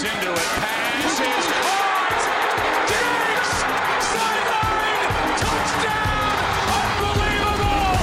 into it. Pass is caught. Diggs! Sideline! Touchdown! Unbelievable!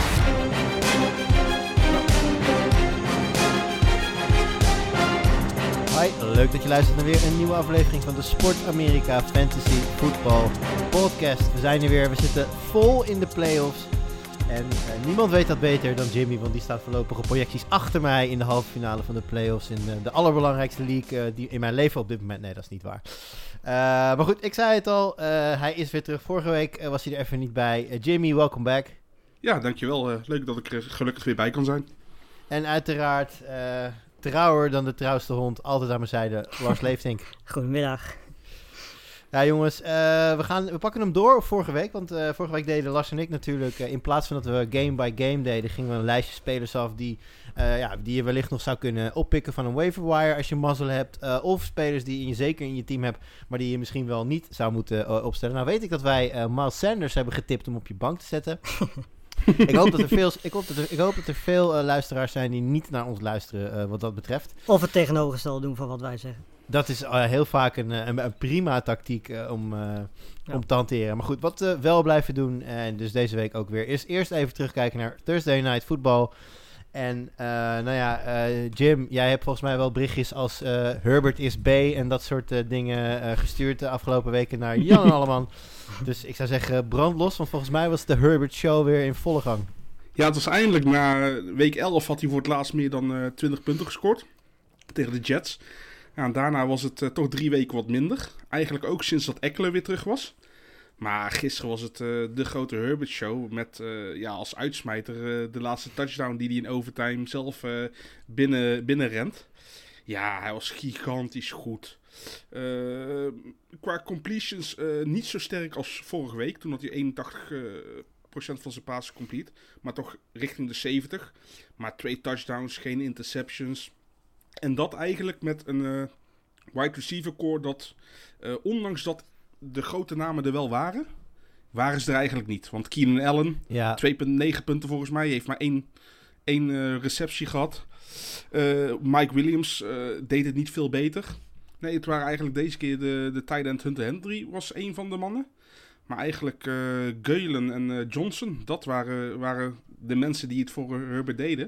Hoi, leuk dat je luistert naar weer een nieuwe aflevering van de Sport Amerika Fantasy Football Podcast. We zijn er weer, we zitten vol in de playoffs. En niemand weet dat beter dan Jimmy, want die staat voorlopig op projecties achter mij in de halve finale van de playoffs in de allerbelangrijkste league die in mijn leven op dit moment. Nee, dat is niet waar. Maar goed, ik zei het al, hij is weer terug. Vorige week was hij er even niet bij. Jimmy, welcome back. Ja, dankjewel. Leuk dat ik er gelukkig weer bij kan zijn. En uiteraard, trouwer dan de trouwste hond, altijd aan mijn zijde, Lars Leeftink. Goedemiddag. Ja jongens, we pakken hem door op vorige week, want vorige week deden Lars en ik natuurlijk, in plaats van dat we game by game deden, gingen we een lijstje spelers af die je wellicht nog zou kunnen oppikken van een waiver wire als je mazzel hebt, of spelers die je zeker in je team hebt, maar die je misschien wel niet zou moeten opstellen. Nou weet ik dat wij Miles Sanders hebben getipt om op je bank te zetten. Ik hoop dat er veel luisteraars zijn die niet naar ons luisteren wat dat betreft. Of het tegenovergestelde doen van wat wij zeggen. Dat is heel vaak een prima tactiek om te hanteren. Maar goed, wat we wel blijven doen, en dus deze week ook weer, is eerst even terugkijken naar Thursday Night Football. En Jim, jij hebt volgens mij wel berichtjes als Herbert is B en dat soort dingen gestuurd de afgelopen weken naar Jan en Alleman. Dus ik zou zeggen, brand los, want volgens mij was de Herbert Show weer in volle gang. Ja, het was eindelijk na week 11 had hij voor het laatst meer dan 20 punten gescoord tegen de Jets. Ja, en daarna was het toch 3 weken wat minder. Eigenlijk ook sinds dat Eckler weer terug was. Maar gisteren was het de grote Herbert Show met als uitsmijter de laatste touchdown die hij in overtime zelf binnen rent. Ja, hij was gigantisch goed. Qua completions niet zo sterk als vorige week. Toen had hij 81% van zijn passes complete. Maar toch richting de 70. Maar 2 touchdowns, geen interceptions. En dat eigenlijk met een wide receiver core dat, ondanks dat de grote namen er wel waren ze er eigenlijk niet. Want Keenan Allen, 2,9 punten volgens mij, heeft maar één receptie gehad. Mike Williams deed het niet veel beter. Nee, het waren eigenlijk deze keer de tight end Hunter Henry was één van de mannen. Maar eigenlijk Geulen en Johnson, dat waren de mensen die het voor Herbert deden.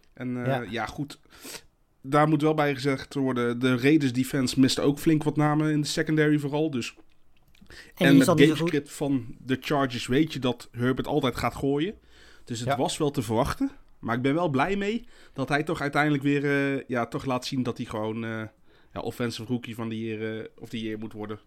En goed, daar moet wel bij gezegd worden, de Raiders defense miste ook flink wat namen in de secondary vooral. Dus. En met gamescript van de Chargers weet je dat Herbert altijd gaat gooien. Dus het was wel te verwachten. Maar ik ben wel blij mee dat hij toch uiteindelijk weer toch laat zien dat hij gewoon offensive rookie van de year moet worden.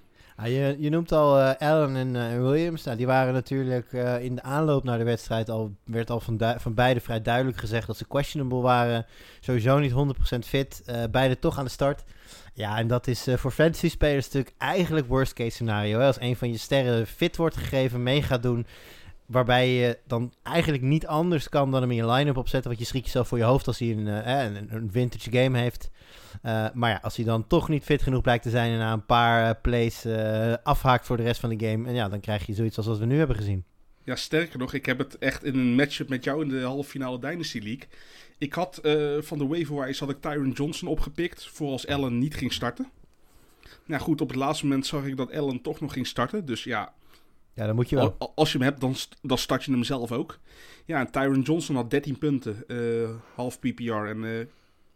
Je noemt al Allen en Williams. Nou, die waren natuurlijk in de aanloop naar de wedstrijd werd al van beide vrij duidelijk gezegd dat ze questionable waren. Sowieso niet 100% fit. Beide toch aan de start. Ja, en dat is voor fantasy spelers natuurlijk eigenlijk worst case scenario. Hè? Als een van je sterren fit wordt gegeven, mee gaat doen, waarbij je dan eigenlijk niet anders kan dan hem in je line-up opzetten. Want je schiet jezelf voor je hoofd als hij een vintage game heeft. Maar ja, als hij dan toch niet fit genoeg blijkt te zijn en na een paar plays afhaakt voor de rest van de game. En ja, dan krijg je zoiets als wat we nu hebben gezien. Ja, sterker nog, ik heb het echt in een matchup met jou in de halve finale Dynasty League. Ik had van de waiver-wise had ik Tyron Johnson opgepikt voor als Allen niet ging starten. Nou goed, op het laatste moment zag ik dat Allen toch nog ging starten. Dus ja, dan moet je wel. Als je hem hebt, dan start je hem zelf ook. Ja, en Tyron Johnson had 13 punten, half PPR. En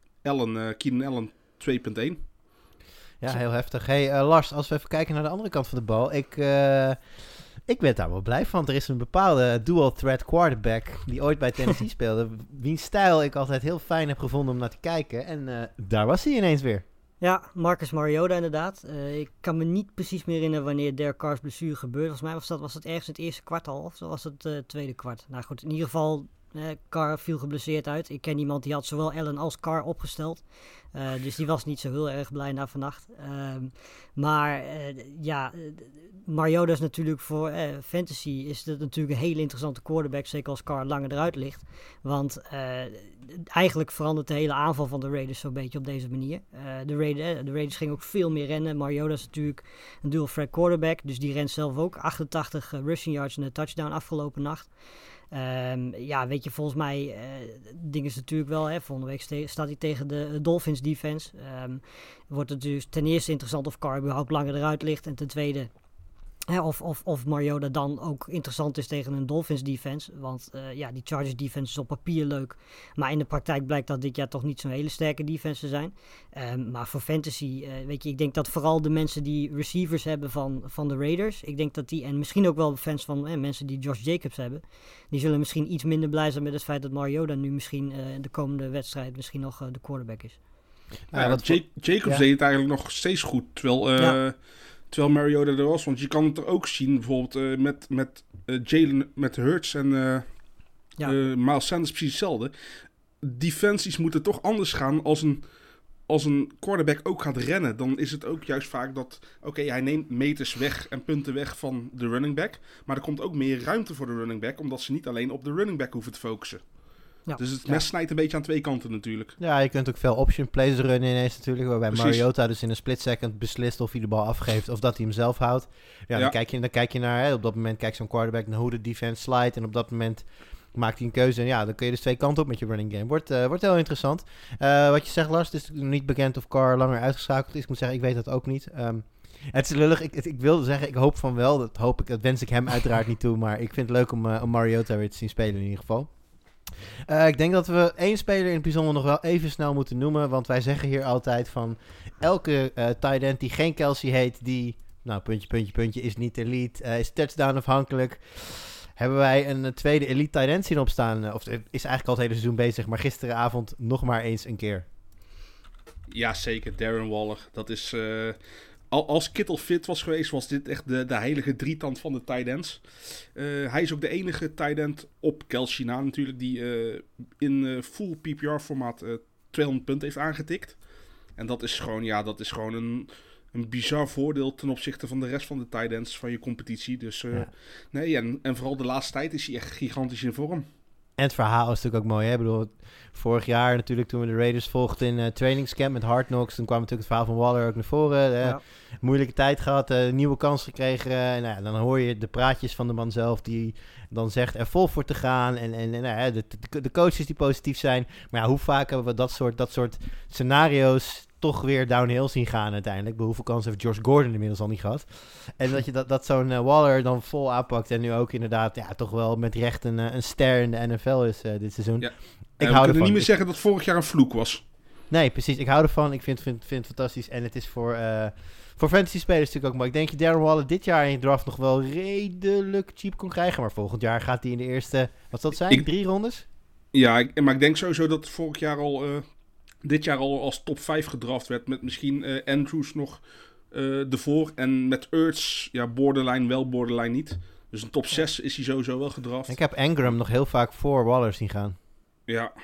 Keenan Allen 2,1. Ja, heel heftig. Hey Lars, als we even kijken naar de andere kant van de bal. Ik ben daar wel blij van. Er is een bepaalde dual threat quarterback die ooit bij Tennessee speelde. Wiens stijl ik altijd heel fijn heb gevonden om naar te kijken. En daar was hij ineens weer. Ja, Marcus Mariota inderdaad. Ik kan me niet precies meer herinneren wanneer Derek Carr's blessure gebeurde. Volgens mij was dat ergens in het eerste kwart al, of was het tweede kwart. Nou goed, in ieder geval, Carr viel geblesseerd uit. Ik ken iemand die had zowel Allen als Carr opgesteld. Dus die was niet zo heel erg blij na vannacht. Mariota is natuurlijk voor fantasy is het natuurlijk een hele interessante quarterback. Zeker als Carr langer eruit ligt. Want eigenlijk verandert de hele aanval van de Raiders zo'n beetje op deze manier. De Raiders gingen ook veel meer rennen. Mariota is natuurlijk een dual threat quarterback. Dus die rent zelf ook 88 rushing yards en een touchdown afgelopen nacht. Weet je, volgens mij, ding is natuurlijk wel, hè, volgende week staat hij tegen de Dolphins defense. Wordt het dus ten eerste interessant of Carr überhaupt langer eruit ligt. En ten tweede, of Mariota dan ook interessant is tegen een Dolphins defense. Want die Chargers defense is op papier leuk. Maar in de praktijk blijkt dat dit jaar toch niet zo'n hele sterke defense te zijn. Maar voor fantasy, ik denk dat vooral de mensen die receivers hebben van de Raiders. Ik denk dat die, en misschien ook wel fans van mensen die Josh Jacobs hebben. Die zullen misschien iets minder blij zijn met het feit dat Mariota nu misschien de komende wedstrijd misschien nog de quarterback is. Jacobs deed het eigenlijk nog steeds goed. Terwijl Mariota er was. Want je kan het er ook zien, bijvoorbeeld met Jalen, met Hurts en Miles Sanders precies hetzelfde. Defensies moeten toch anders gaan als een quarterback ook gaat rennen. Dan is het ook juist vaak dat, hij neemt meters weg en punten weg van de running back. Maar er komt ook meer ruimte voor de running back, omdat ze niet alleen op de running back hoeven te focussen. Ja. Dus het mes snijdt een beetje aan twee kanten natuurlijk. Ja, je kunt ook veel option plays runnen ineens natuurlijk. Waarbij Mariota dus in een split second beslist of hij de bal afgeeft of dat hij hem zelf houdt. Dan kijk je naar, op dat moment kijkt zo'n quarterback naar hoe de defense slide. En op dat moment maakt hij een keuze. En dan kun je dus twee kanten op met je running game. Wordt heel interessant. Wat je zegt, Lars, het is niet bekend of Carr langer uitgeschakeld is. Ik moet zeggen, ik weet dat ook niet. Het is lullig. Ik wilde zeggen, ik hoop van wel. Dat wens ik hem uiteraard niet toe. Maar ik vind het leuk om Mariota weer te zien spelen in ieder geval. Ik denk dat we één speler in het bijzonder nog wel even snel moeten noemen. Want wij zeggen hier altijd van elke tight end die geen Kelsey heet, die, puntje, is niet elite, is touchdown afhankelijk. Hebben wij een tweede elite tight end zien opstaan. Of is eigenlijk al het hele seizoen bezig, maar gisteravond nog maar eens een keer. Ja, zeker. Darren Waller. Dat is... Als Kittle fit was geweest, was dit echt de heilige drietand van de tight ends. Hij is ook de enige tight end op Kelsey na natuurlijk, die in full PPR-formaat 200 punten heeft aangetikt. En dat is gewoon, een bizar voordeel ten opzichte van de rest van de tight ends van je competitie. Dus en vooral de laatste tijd is hij echt gigantisch in vorm. En het verhaal is natuurlijk ook mooi. Hè? Ik bedoel, vorig jaar natuurlijk toen we de Raiders volgden in trainingscamp met Hard Knocks. Toen kwam natuurlijk het verhaal van Waller ook naar voren. Moeilijke tijd gehad, nieuwe kans gekregen. Dan hoor je de praatjes van de man zelf die dan zegt er vol voor te gaan. En de coaches die positief zijn. Maar hoe vaak hebben we dat soort scenario's toch weer downhill zien gaan uiteindelijk. Bij hoeveel kansen heeft Josh Gordon inmiddels al niet gehad. En dat zo'n Waller dan vol aanpakt en nu ook inderdaad toch wel met recht een ster in de NFL is dit seizoen. Ja. Ik hou ervan. Niet meer zeggen dat vorig jaar een vloek was. Nee, precies. Ik hou ervan. Ik vind het fantastisch. En het is voor fantasy spelers natuurlijk ook mooi. Ik denk je Darren Waller dit jaar in je draft nog wel redelijk cheap kon krijgen. Maar volgend jaar gaat hij in de eerste, wat zal het zijn? 3 rondes? Ja, maar ik denk sowieso dat vorig jaar dit jaar al als top 5 gedraft werd. Met misschien Andrews nog ervoor. En met Ertz, borderline wel, borderline niet. Dus een top 6 is hij sowieso wel gedraft. Ik heb Engram nog heel vaak voor Waller zien gaan. Ja.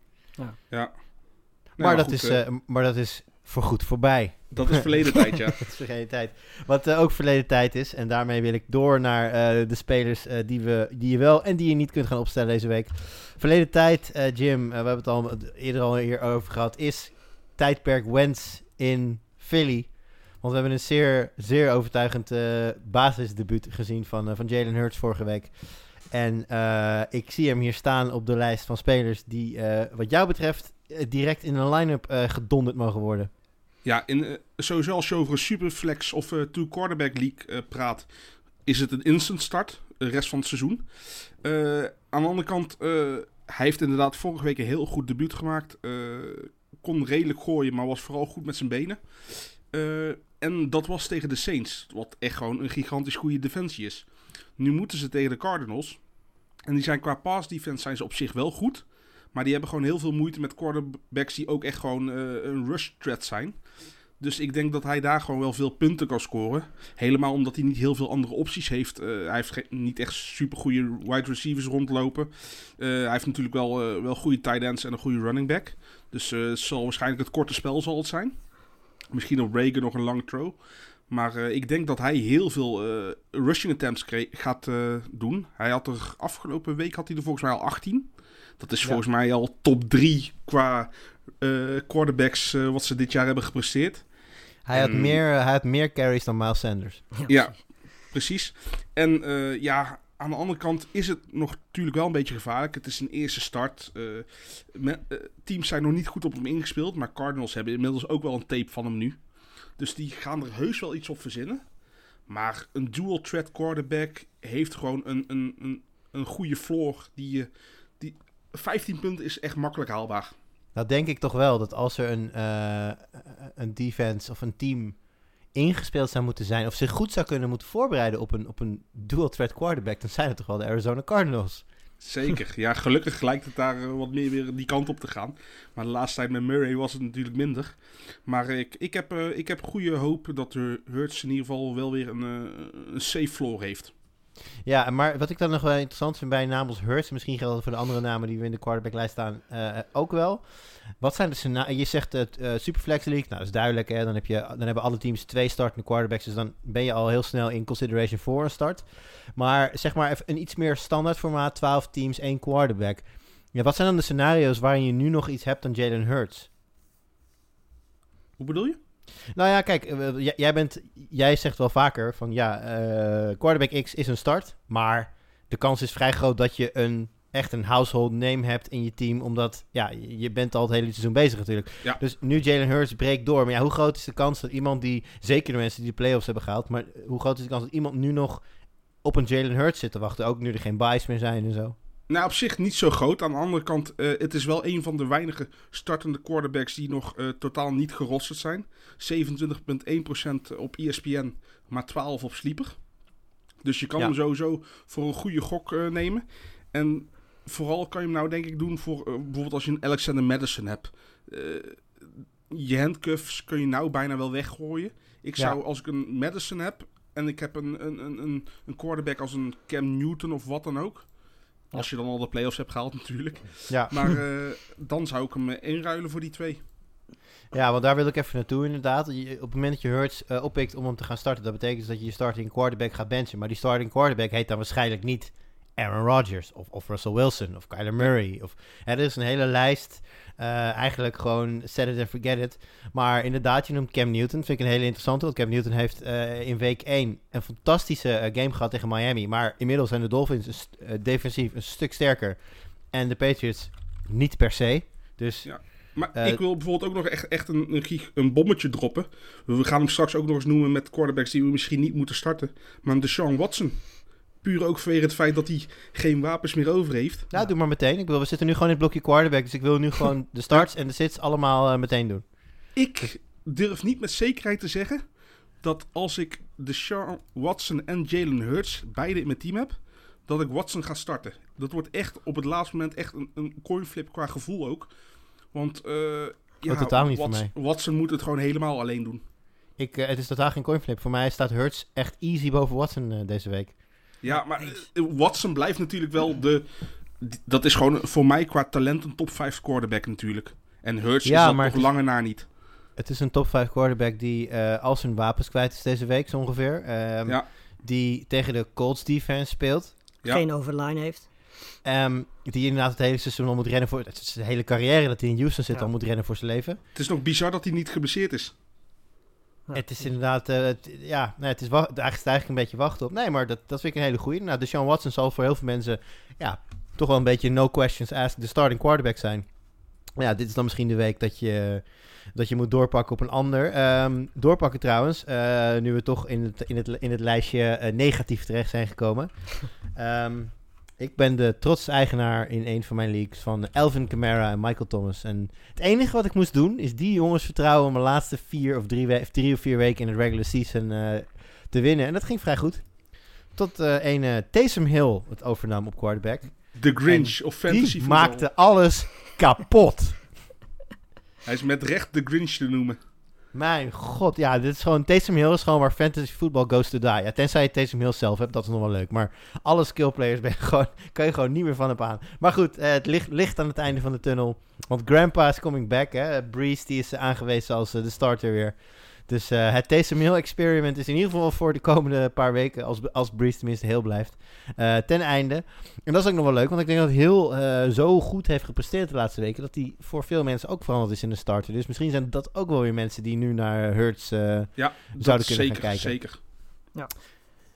Maar dat is voorgoed voorbij. Dat is verleden tijd, ja. Dat is verleden tijd. Wat ook verleden tijd is. En daarmee wil ik door naar de spelers die je wel en die je niet kunt gaan opstellen deze week. Verleden tijd, Jim, we hebben het al eerder al hier over gehad, is tijdperk Wentz in Philly. Want we hebben een zeer, zeer overtuigend basisdebuut gezien van Jalen Hurts vorige week. En ik zie hem hier staan op de lijst van spelers die, wat jou betreft, direct in een line-up gedonderd mogen worden. Ja, sowieso als je over een superflex of two-quarterback league praat, is het een instant start, de rest van het seizoen. Aan de andere kant, hij heeft inderdaad vorige week een heel goed debuut gemaakt. Kon redelijk gooien, maar was vooral goed met zijn benen. En dat was tegen de Saints, wat echt gewoon een gigantisch goede defensie is. Nu moeten ze tegen de Cardinals. En die zijn qua pass defense zijn ze op zich wel goed. Maar die hebben gewoon heel veel moeite met quarterbacks die ook echt gewoon een rush threat zijn. Dus ik denk dat hij daar gewoon wel veel punten kan scoren. Helemaal omdat hij niet heel veel andere opties heeft. Hij heeft niet echt super goede wide receivers rondlopen. Hij heeft natuurlijk wel goede tight ends en een goede running back. Dus het zal waarschijnlijk het korte spel zal het zijn. Misschien op Reagan nog een lang throw. Maar ik denk dat hij heel veel rushing attempts gaat doen. Hij had er afgelopen week had hij er volgens mij al 18. Dat is volgens mij al top 3 qua quarterbacks wat ze dit jaar hebben gepresteerd. Hij had meer carries dan Miles Sanders. Ja, precies. En aan de andere kant is het nog natuurlijk wel een beetje gevaarlijk. Het is een eerste start. Teams zijn nog niet goed op hem ingespeeld. Maar Cardinals hebben inmiddels ook wel een tape van hem nu. Dus die gaan er heus wel iets op verzinnen. Maar een dual threat quarterback heeft gewoon een goede floor. Die 15 punten is echt makkelijk haalbaar. Nou denk ik toch wel dat als er een defense of een team ingespeeld zou moeten zijn, of zich goed zou kunnen moeten voorbereiden op een dual threat quarterback, dan zijn het toch wel de Arizona Cardinals. Zeker. Ja, gelukkig lijkt het daar wat meer weer die kant op te gaan. Maar de laatste tijd met Murray was het natuurlijk minder. Maar ik heb goede hoop dat de Hurts in ieder geval wel weer een safe floor heeft. Ja, maar wat ik dan nog wel interessant vind bij een naam als Hurts, misschien geldt het voor de andere namen die we in de quarterbacklijst staan ook wel. Wat zijn de scenario's? Je zegt het Superflex League, nou dat is duidelijk, hè? Dan hebben alle teams 2 startende quarterbacks, dus dan ben je al heel snel in consideration voor een start. Maar zeg maar even een iets meer standaard formaat, 12 teams, 1 quarterback. Ja, wat zijn dan de scenario's waarin je nu nog iets hebt dan Jalen Hurts? Hoe bedoel je? Nou ja, kijk, jij zegt wel vaker van quarterback X is een start, maar de kans is vrij groot dat je echt een household name hebt in je team, omdat je bent al het hele seizoen bezig natuurlijk. Ja. Dus nu Jalen Hurts breekt door, maar ja, hoe groot is de kans dat iemand die, zeker de mensen die de playoffs hebben gehaald, maar hoe groot is de kans dat iemand nu nog op een Jalen Hurts zit te wachten, ook nu er geen buys meer zijn en zo? Nou, op zich niet zo groot. Aan de andere kant, het is wel een van de weinige startende quarterbacks die nog totaal niet gerosterd zijn. 27,1% op ESPN, maar 12 op Sleeper. Dus je kan hem sowieso voor een goede gok nemen. En vooral kan je hem nou denk ik doen voor bijvoorbeeld als je een Alexander Madison hebt. Je handcuffs kun je nou bijna wel weggooien. Ik zou, als ik een Madison heb en ik heb een quarterback als een Cam Newton of wat dan ook. Als je dan al de playoffs hebt gehaald natuurlijk. Ja. Maar dan zou ik hem inruilen voor die 2. Ja, want daar wil ik even naartoe inderdaad. Op het moment dat je Hurts oppikt om hem te gaan starten, dat betekent dus dat je je starting quarterback gaat benchen. Maar die starting quarterback heet dan waarschijnlijk niet Aaron Rodgers of Russell Wilson of Kyler Murray. Er is een hele lijst. Eigenlijk gewoon set it and forget it. Maar inderdaad, je noemt Cam Newton. Vind ik een hele interessante. Want Cam Newton heeft in week 1 een fantastische game gehad tegen Miami. Maar inmiddels zijn de Dolphins defensief een stuk sterker. En de Patriots niet per se. Dus... Ja. Maar ik wil bijvoorbeeld ook nog echt een bommetje droppen. We gaan hem straks ook nog eens noemen met quarterbacks die we misschien niet moeten starten. Maar Deshaun Watson. Puur ook vanwege het feit dat hij geen wapens meer over heeft. Nou, doe maar meteen. Ik bedoel, we zitten nu gewoon in het blokje quarterback. Dus ik wil nu gewoon de starts en de sits allemaal meteen doen. Ik durf niet met zekerheid te zeggen dat als ik Deshaun Watson en Jalen Hurts beide in mijn team heb, dat ik Watson ga starten. Dat wordt echt op het laatste moment echt een coinflip qua gevoel ook. Want totaal niet voor mij. Watson moet het gewoon helemaal alleen doen. Het is totaal geen coinflip. Voor mij staat Hurts echt easy boven Watson deze week. Ja, maar Watson blijft natuurlijk wel dat is gewoon voor mij qua talent een top 5 quarterback natuurlijk. En Hurts is dat nog langer na niet. Het is een top 5 quarterback die al zijn wapens kwijt is deze week zo ongeveer. Die tegen de Colts defense speelt. Geen overline heeft. Die inderdaad het hele seizoen al moet rennen voor... Het is de hele carrière dat hij in Houston zit al moet rennen voor zijn leven. Het is nog bizar dat hij niet geblesseerd is. Het is inderdaad... het is eigenlijk een beetje wachten op. Nee, maar dat vind ik een hele goeie. Nou, Deshaun Watson zal voor heel veel mensen... toch wel een beetje no questions asked de starting quarterback zijn. Ja, dit is dan misschien de week dat je moet doorpakken op een ander. Doorpakken trouwens, nu we toch in het lijstje negatief terecht zijn gekomen. Ik ben de trotse eigenaar in een van mijn leagues van Alvin Kamara en Michael Thomas. En het enige wat ik moest doen is die jongens vertrouwen om de laatste 3 of 4 weken in de regular season te winnen. En dat ging vrij goed. Tot Taysom Hill het overnam op quarterback. De Grinch of fantasy die maakte alles kapot. Hij is met recht de Grinch te noemen. Mijn god, ja, dit is gewoon... Taysom Hill is gewoon waar fantasy football goes to die. Ja, tenzij je Taysom Hill zelf hebt, dat is nog wel leuk. Maar alle skillplayers kan je gewoon niet meer van hem aan. Maar goed, het ligt aan het einde van de tunnel. Want Grandpa is coming back, hè. Breeze die is aangewezen als de starter weer. Dus het Taysom Hill experiment is in ieder geval voor de komende paar weken, als Breeze tenminste heel blijft, ten einde. En dat is ook nog wel leuk, want ik denk dat Hill zo goed heeft gepresteerd de laatste weken, dat hij voor veel mensen ook veranderd is in de starter. Dus misschien zijn dat ook wel weer mensen die nu naar Hurts zouden kunnen gaan kijken. Zeker. Ja.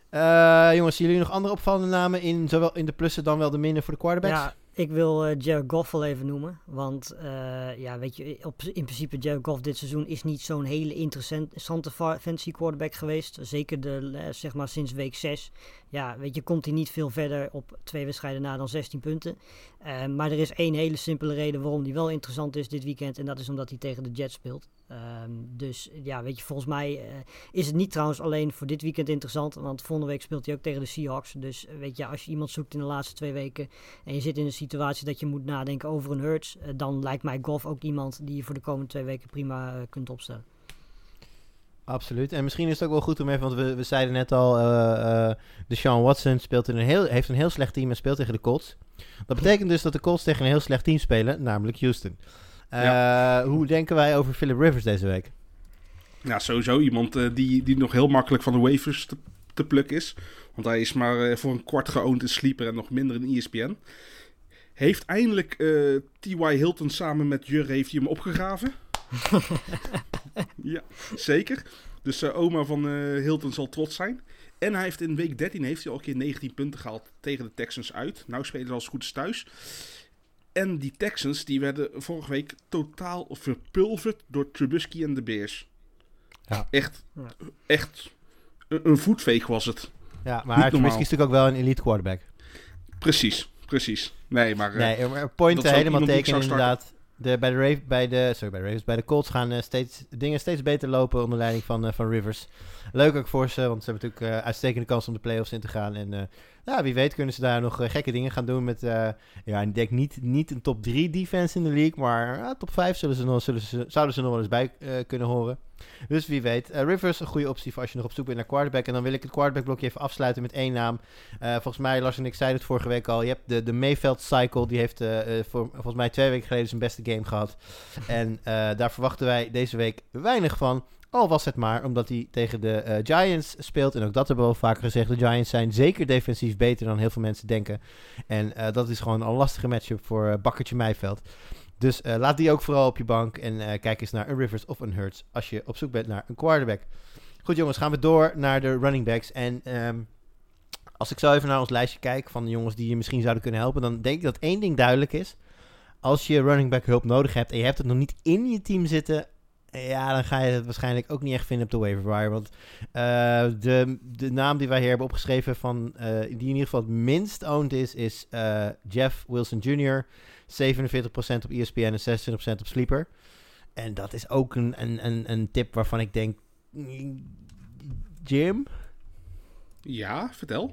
Jongens, zien jullie nog andere opvallende namen zowel in de plussen dan wel de minnen voor de quarterbacks? Ja, ik wil Jared Goff wel even noemen. Want weet je, in principe Jared Goff dit seizoen is niet zo'n hele interessante fantasy quarterback geweest. Zeker zeg maar sinds week 6. Ja, weet je, komt hij niet veel verder op 2 wedstrijden na dan 16 punten. Maar er is één hele simpele reden waarom hij wel interessant is dit weekend. En dat is omdat hij tegen de Jets speelt. Dus ja, weet je, volgens mij is het niet trouwens alleen voor dit weekend interessant. Want volgende week speelt hij ook tegen de Seahawks. Dus weet je, als je iemand zoekt in de laatste 2 weken en je zit in een situatie dat je moet nadenken over een Hurts, dan lijkt mij Goff ook iemand die je voor de komende 2 weken prima kunt opstellen. Absoluut. En misschien is het ook wel goed om even, want we zeiden net al, Deshaun Watson heeft een heel slecht team en speelt tegen de Colts. Dat betekent dus dat de Colts tegen een heel slecht team spelen, namelijk Houston. Hoe denken wij over Philip Rivers deze week? Ja, sowieso iemand die nog heel makkelijk van de waivers te plukken is. Want hij is maar voor een kwart geowned in Sleeper en nog minder in ESPN. Heeft eindelijk T.Y. Hilton samen met Jurre heeft hij hem opgegraven. Ja, zeker. Dus oma van Hilton zal trots zijn. En hij heeft in week 13 heeft hij al een keer 19 punten gehaald tegen de Texans uit. Nou spelen ze als goed is thuis. En die Texans die werden vorige week totaal verpulverd door Trubisky en de Bears. Ja. Echt een voetveeg was het. Ja, maar Trubisky is natuurlijk ook wel een elite quarterback. Precies. Nee, maar Pointen helemaal tekenen inderdaad. Bij de Colts gaan dingen steeds beter lopen onder leiding van Rivers. Leuk ook voor ze, want ze hebben natuurlijk uitstekende kans om de playoffs in te gaan. En wie weet kunnen ze daar nog gekke dingen gaan doen met, ik denk niet een top 3 defense in de league, maar top 5 zouden ze nog wel eens bij kunnen horen. Dus wie weet. Rivers, een goede optie voor als je nog op zoek bent naar quarterback. En dan wil ik het quarterback-blokje even afsluiten met 1 naam. Volgens mij, Lars en ik zeiden het vorige week al. Je hebt de Mayfield Cycle. Die heeft volgens mij 2 weken geleden zijn beste game gehad. En daar verwachten wij deze week weinig van. Al was het maar omdat hij tegen de Giants speelt. En ook dat hebben we al vaker gezegd. De Giants zijn zeker defensief beter dan heel veel mensen denken. En dat is gewoon een lastige matchup voor bakkertje Mayfield. Dus laat die ook vooral op je bank. En kijk eens naar een Rivers of een Hurts als je op zoek bent naar een quarterback. Goed jongens, gaan we door naar de running backs. En als ik zo even naar ons lijstje kijk van de jongens die je misschien zouden kunnen helpen, dan denk ik dat 1 ding duidelijk is. Als je running back hulp nodig hebt en je hebt het nog niet in je team zitten, ja, dan ga je het waarschijnlijk ook niet echt vinden op de waiver wire. Want de naam die wij hier hebben opgeschreven van die in ieder geval het minst owned is Jeff Wilson Jr., 47% op ESPN en 26% op Sleeper. En dat is ook een tip waarvan ik denk, Jim? Ja, vertel.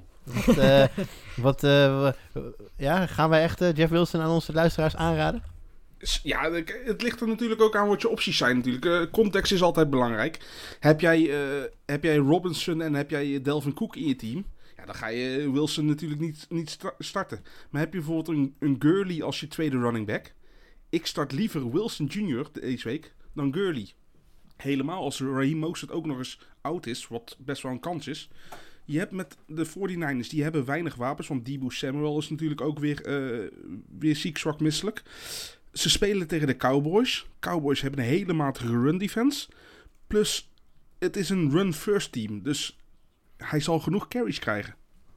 Gaan wij echt Jeff Wilson aan onze luisteraars aanraden? Ja, het ligt er natuurlijk ook aan wat je opties zijn natuurlijk. Context is altijd belangrijk. Heb jij Robinson en heb jij Delvin Cook in je team? Ja, dan ga je Wilson natuurlijk niet starten. Maar heb je bijvoorbeeld een Gurley als je tweede running back? Ik start liever Wilson Jr. deze week dan Gurley. Helemaal als Raheem Mostert ook nog eens oud is, wat best wel een kans is. Je hebt met de 49ers, die hebben weinig wapens. Want Deebo Samuel is natuurlijk ook weer ziek, zwak, misselijk. Ze spelen tegen de Cowboys. Cowboys hebben een hele matige run defense. Plus, het is een run-first team. Dus hij zal genoeg carries krijgen.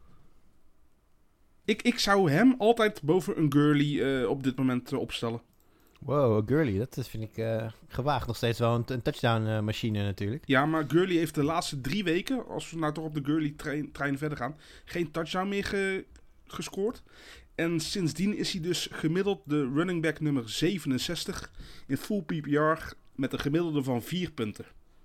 Ik zou hem altijd boven een Gurley op dit moment opstellen. Wow, Gurley, dat vind ik gewaagd. Nog steeds wel een touchdown machine natuurlijk. Ja, maar Gurley heeft de laatste 3 weken, als we nou toch op de Gurley-trein verder gaan, geen touchdown meer gescoord. En sindsdien is hij dus gemiddeld de running back nummer 67 in full PPR met een gemiddelde van 4 punten.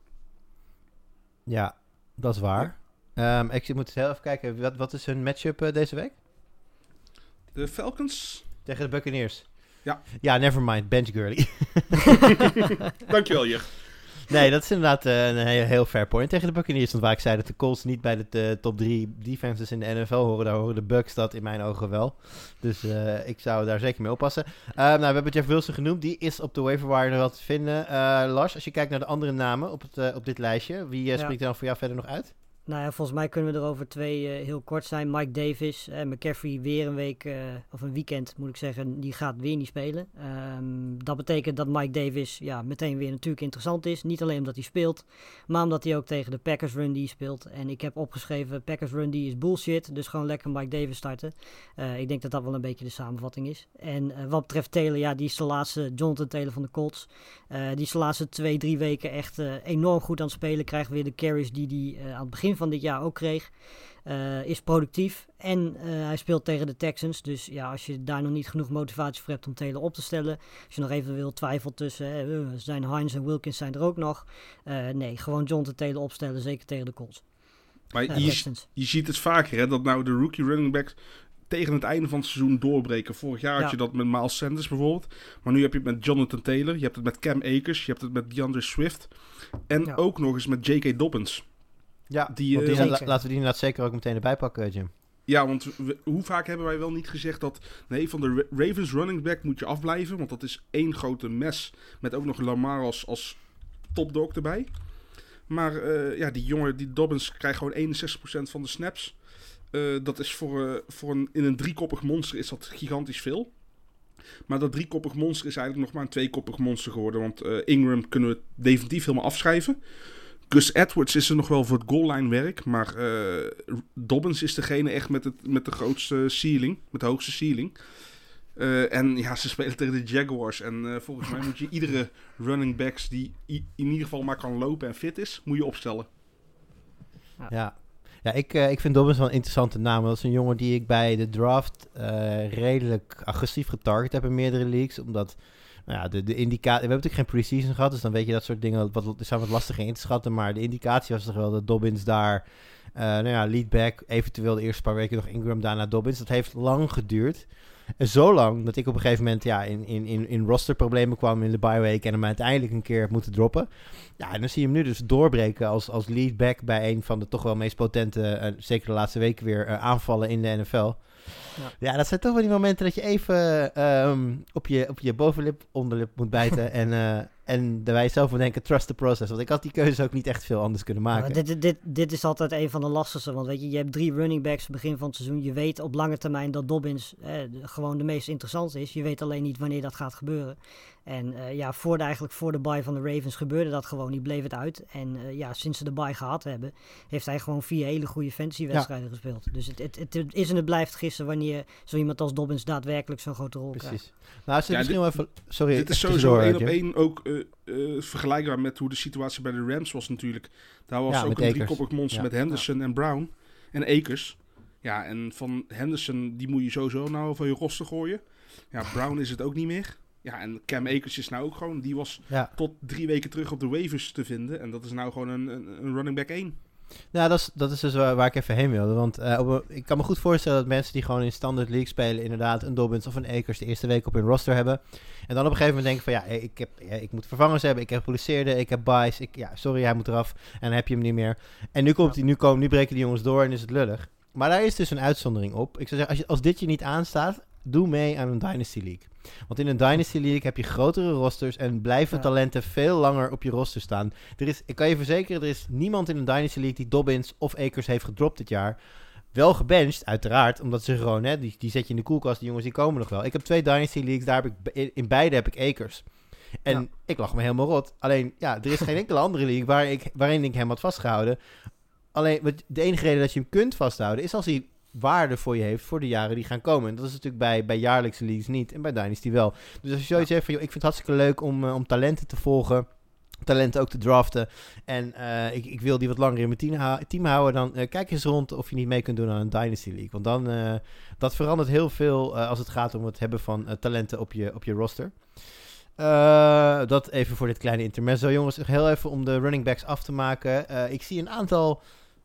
Ja, dat is waar. Ja. Ik moet heel even kijken, wat is hun matchup deze week? De Falcons? Tegen de Buccaneers. Ja, nevermind, bench Gurley. Dankjewel, Jur. Nee, dat is inderdaad een heel fair point tegen de Buccaneers. Want waar ik zei dat de Colts niet bij de top 3 defenses in de NFL horen, daar horen de Bucs dat in mijn ogen wel. Dus ik zou daar zeker mee oppassen. We hebben Jeff Wilson genoemd. Die is op de waiver wire wel te vinden. Lars, als je kijkt naar de andere namen op dit lijstje, wie springt er dan voor jou verder nog uit? Nou ja, volgens mij kunnen we er over 2 heel kort zijn. Mike Davis, McCaffrey weer een week, of een weekend moet ik zeggen, die gaat weer niet spelen. Dat betekent dat Mike Davis meteen weer natuurlijk interessant is. Niet alleen omdat hij speelt, maar omdat hij ook tegen de Packers run die speelt. En ik heb opgeschreven, Packers run die is bullshit, dus gewoon lekker Mike Davis starten. Ik denk dat dat wel een beetje de samenvatting is. En wat betreft Taylor, die is de laatste, Jonathan Taylor van de Colts. Die is de laatste 2-3 weken echt enorm goed aan het spelen. Krijgt weer de carries die hij aan het begin van dit jaar ook kreeg. Is productief en hij speelt tegen de Texans. Dus ja, als je daar nog niet genoeg motivatie voor hebt om Taylor op te stellen. Als je nog eventueel twijfelt tussen zijn Hines en Wilkins zijn er ook nog. Nee, gewoon Jonathan Taylor opstellen, zeker tegen de Colts. Maar je ziet het vaker, hè, dat nou de rookie running backs tegen het einde van het seizoen doorbreken. Vorig jaar had je dat met Miles Sanders bijvoorbeeld. Maar nu heb je het met Jonathan Taylor. Je hebt het met Cam Akers. Je hebt het met DeAndre Swift. En ook nog eens met J.K. Dobbins. Ja, laten we die inderdaad zeker ook meteen erbij pakken, Jim. Ja, want hoe vaak hebben wij wel niet gezegd dat... Nee, van de Ravens running back moet je afblijven. Want dat is één grote mes. Met ook nog Lamar als topdog erbij. Maar die jongen, die Dobbins, krijgt gewoon 61% van de snaps. Dat is in een 3-koppig monster is dat gigantisch veel. Maar dat 3-koppig monster is eigenlijk nog maar een 2-koppig monster geworden. Want Ingram kunnen we definitief helemaal afschrijven. Gus Edwards is er nog wel voor het goal line werk. Maar Dobbins is degene echt met de grootste ceiling. Met de hoogste ceiling. En ze spelen tegen de Jaguars. En volgens mij moet je iedere running backs die in ieder geval maar kan lopen en fit is, moet je opstellen. Ja, ik vind Dobbins wel een interessante naam. Dat is een jongen die ik bij de draft redelijk agressief getarget heb in meerdere leagues. Omdat de indicatie... We hebben natuurlijk geen preseason gehad, dus dan weet je dat soort dingen zijn wat lastiger in te schatten. Maar de indicatie was toch wel dat Dobbins daar... lead back, eventueel de eerste paar weken nog Ingram, daarna Dobbins. Dat heeft lang geduurd. En zo lang dat ik op een gegeven moment in rosterproblemen kwam in de bye week en hem uiteindelijk een keer heb moeten droppen. Ja, en dan zie je hem nu dus doorbreken als lead back bij een van de toch wel meest potente, zeker de laatste weken weer, aanvallen in de NFL. Ja, dat zijn toch wel die momenten dat je even op je bovenlip, onderlip moet bijten en daarbij zelf moet denken, trust the process. Want ik had die keuze ook niet echt veel anders kunnen maken. Dit is altijd een van de lastigste, want weet je hebt 3 running backs begin van het seizoen. Je weet op lange termijn dat Dobbins gewoon de meest interessante is. Je weet alleen niet wanneer dat gaat gebeuren. En voor de bye van de Ravens gebeurde dat gewoon. Die bleef het uit. En sinds ze de bye gehad hebben, heeft hij gewoon 4 hele goede fantasy-wedstrijden gespeeld. Dus het is en het blijft gissen wanneer zo iemand als Dobbins daadwerkelijk zo'n grote rol krijgt. Nou, misschien wel even... Sorry, dit is sowieso 1 op 1 ook vergelijkbaar met hoe de situatie bij de Rams was natuurlijk. Daar was ook een 3-koppig monster met Henderson en Brown en Akers. Ja, en van Henderson, die moet je sowieso nou van je roster gooien. Ja, Brown is het ook niet meer. Ja, en Cam Akers is nou ook gewoon... Die was tot 3 weken terug op de waivers te vinden. En dat is nou gewoon een running back 1. Nou, dat is dus waar ik even heen wilde. Want ik kan me goed voorstellen dat mensen die gewoon in standard league spelen... inderdaad een Dobbins of een Akers de eerste week op hun roster hebben. En dan op een gegeven moment denken van... ik moet vervangers hebben, ik heb geblesseerden, ik heb buys. Sorry, hij moet eraf. En dan heb je hem niet meer. En nu breken die jongens door en is het lullig. Maar daar is dus een uitzondering op. Ik zou zeggen, als dit je niet aanstaat... Doe mee aan een Dynasty League. Want in een Dynasty League heb je grotere rosters en blijven talenten veel langer op je roster staan. Ik kan je verzekeren, er is niemand in een Dynasty League die Dobbins of Akers heeft gedropt dit jaar. Wel gebenched, uiteraard, omdat ze gewoon, die zet je in de koelkast, die jongens die komen nog wel. Ik heb 2 Dynasty Leagues, in beide heb ik Akers. En ik lag me helemaal rot. Alleen, er is geen enkele andere league waarin ik hem had vastgehouden. Alleen, de enige reden dat je hem kunt vasthouden is als hij waarde voor je heeft voor de jaren die gaan komen. En dat is natuurlijk bij jaarlijkse leagues niet en bij Dynasty wel. Dus als je zoiets zegt van, ik vind het hartstikke leuk om talenten te volgen, talenten ook te draften en ik wil die wat langer in mijn team houden, dan kijk eens rond of je niet mee kunt doen aan een Dynasty League. Want dan, dat verandert heel veel als het gaat om het hebben van talenten op je roster. Dat even voor dit kleine intermezzo. Jongens, heel even om de running backs af te maken. Ik zie een aantal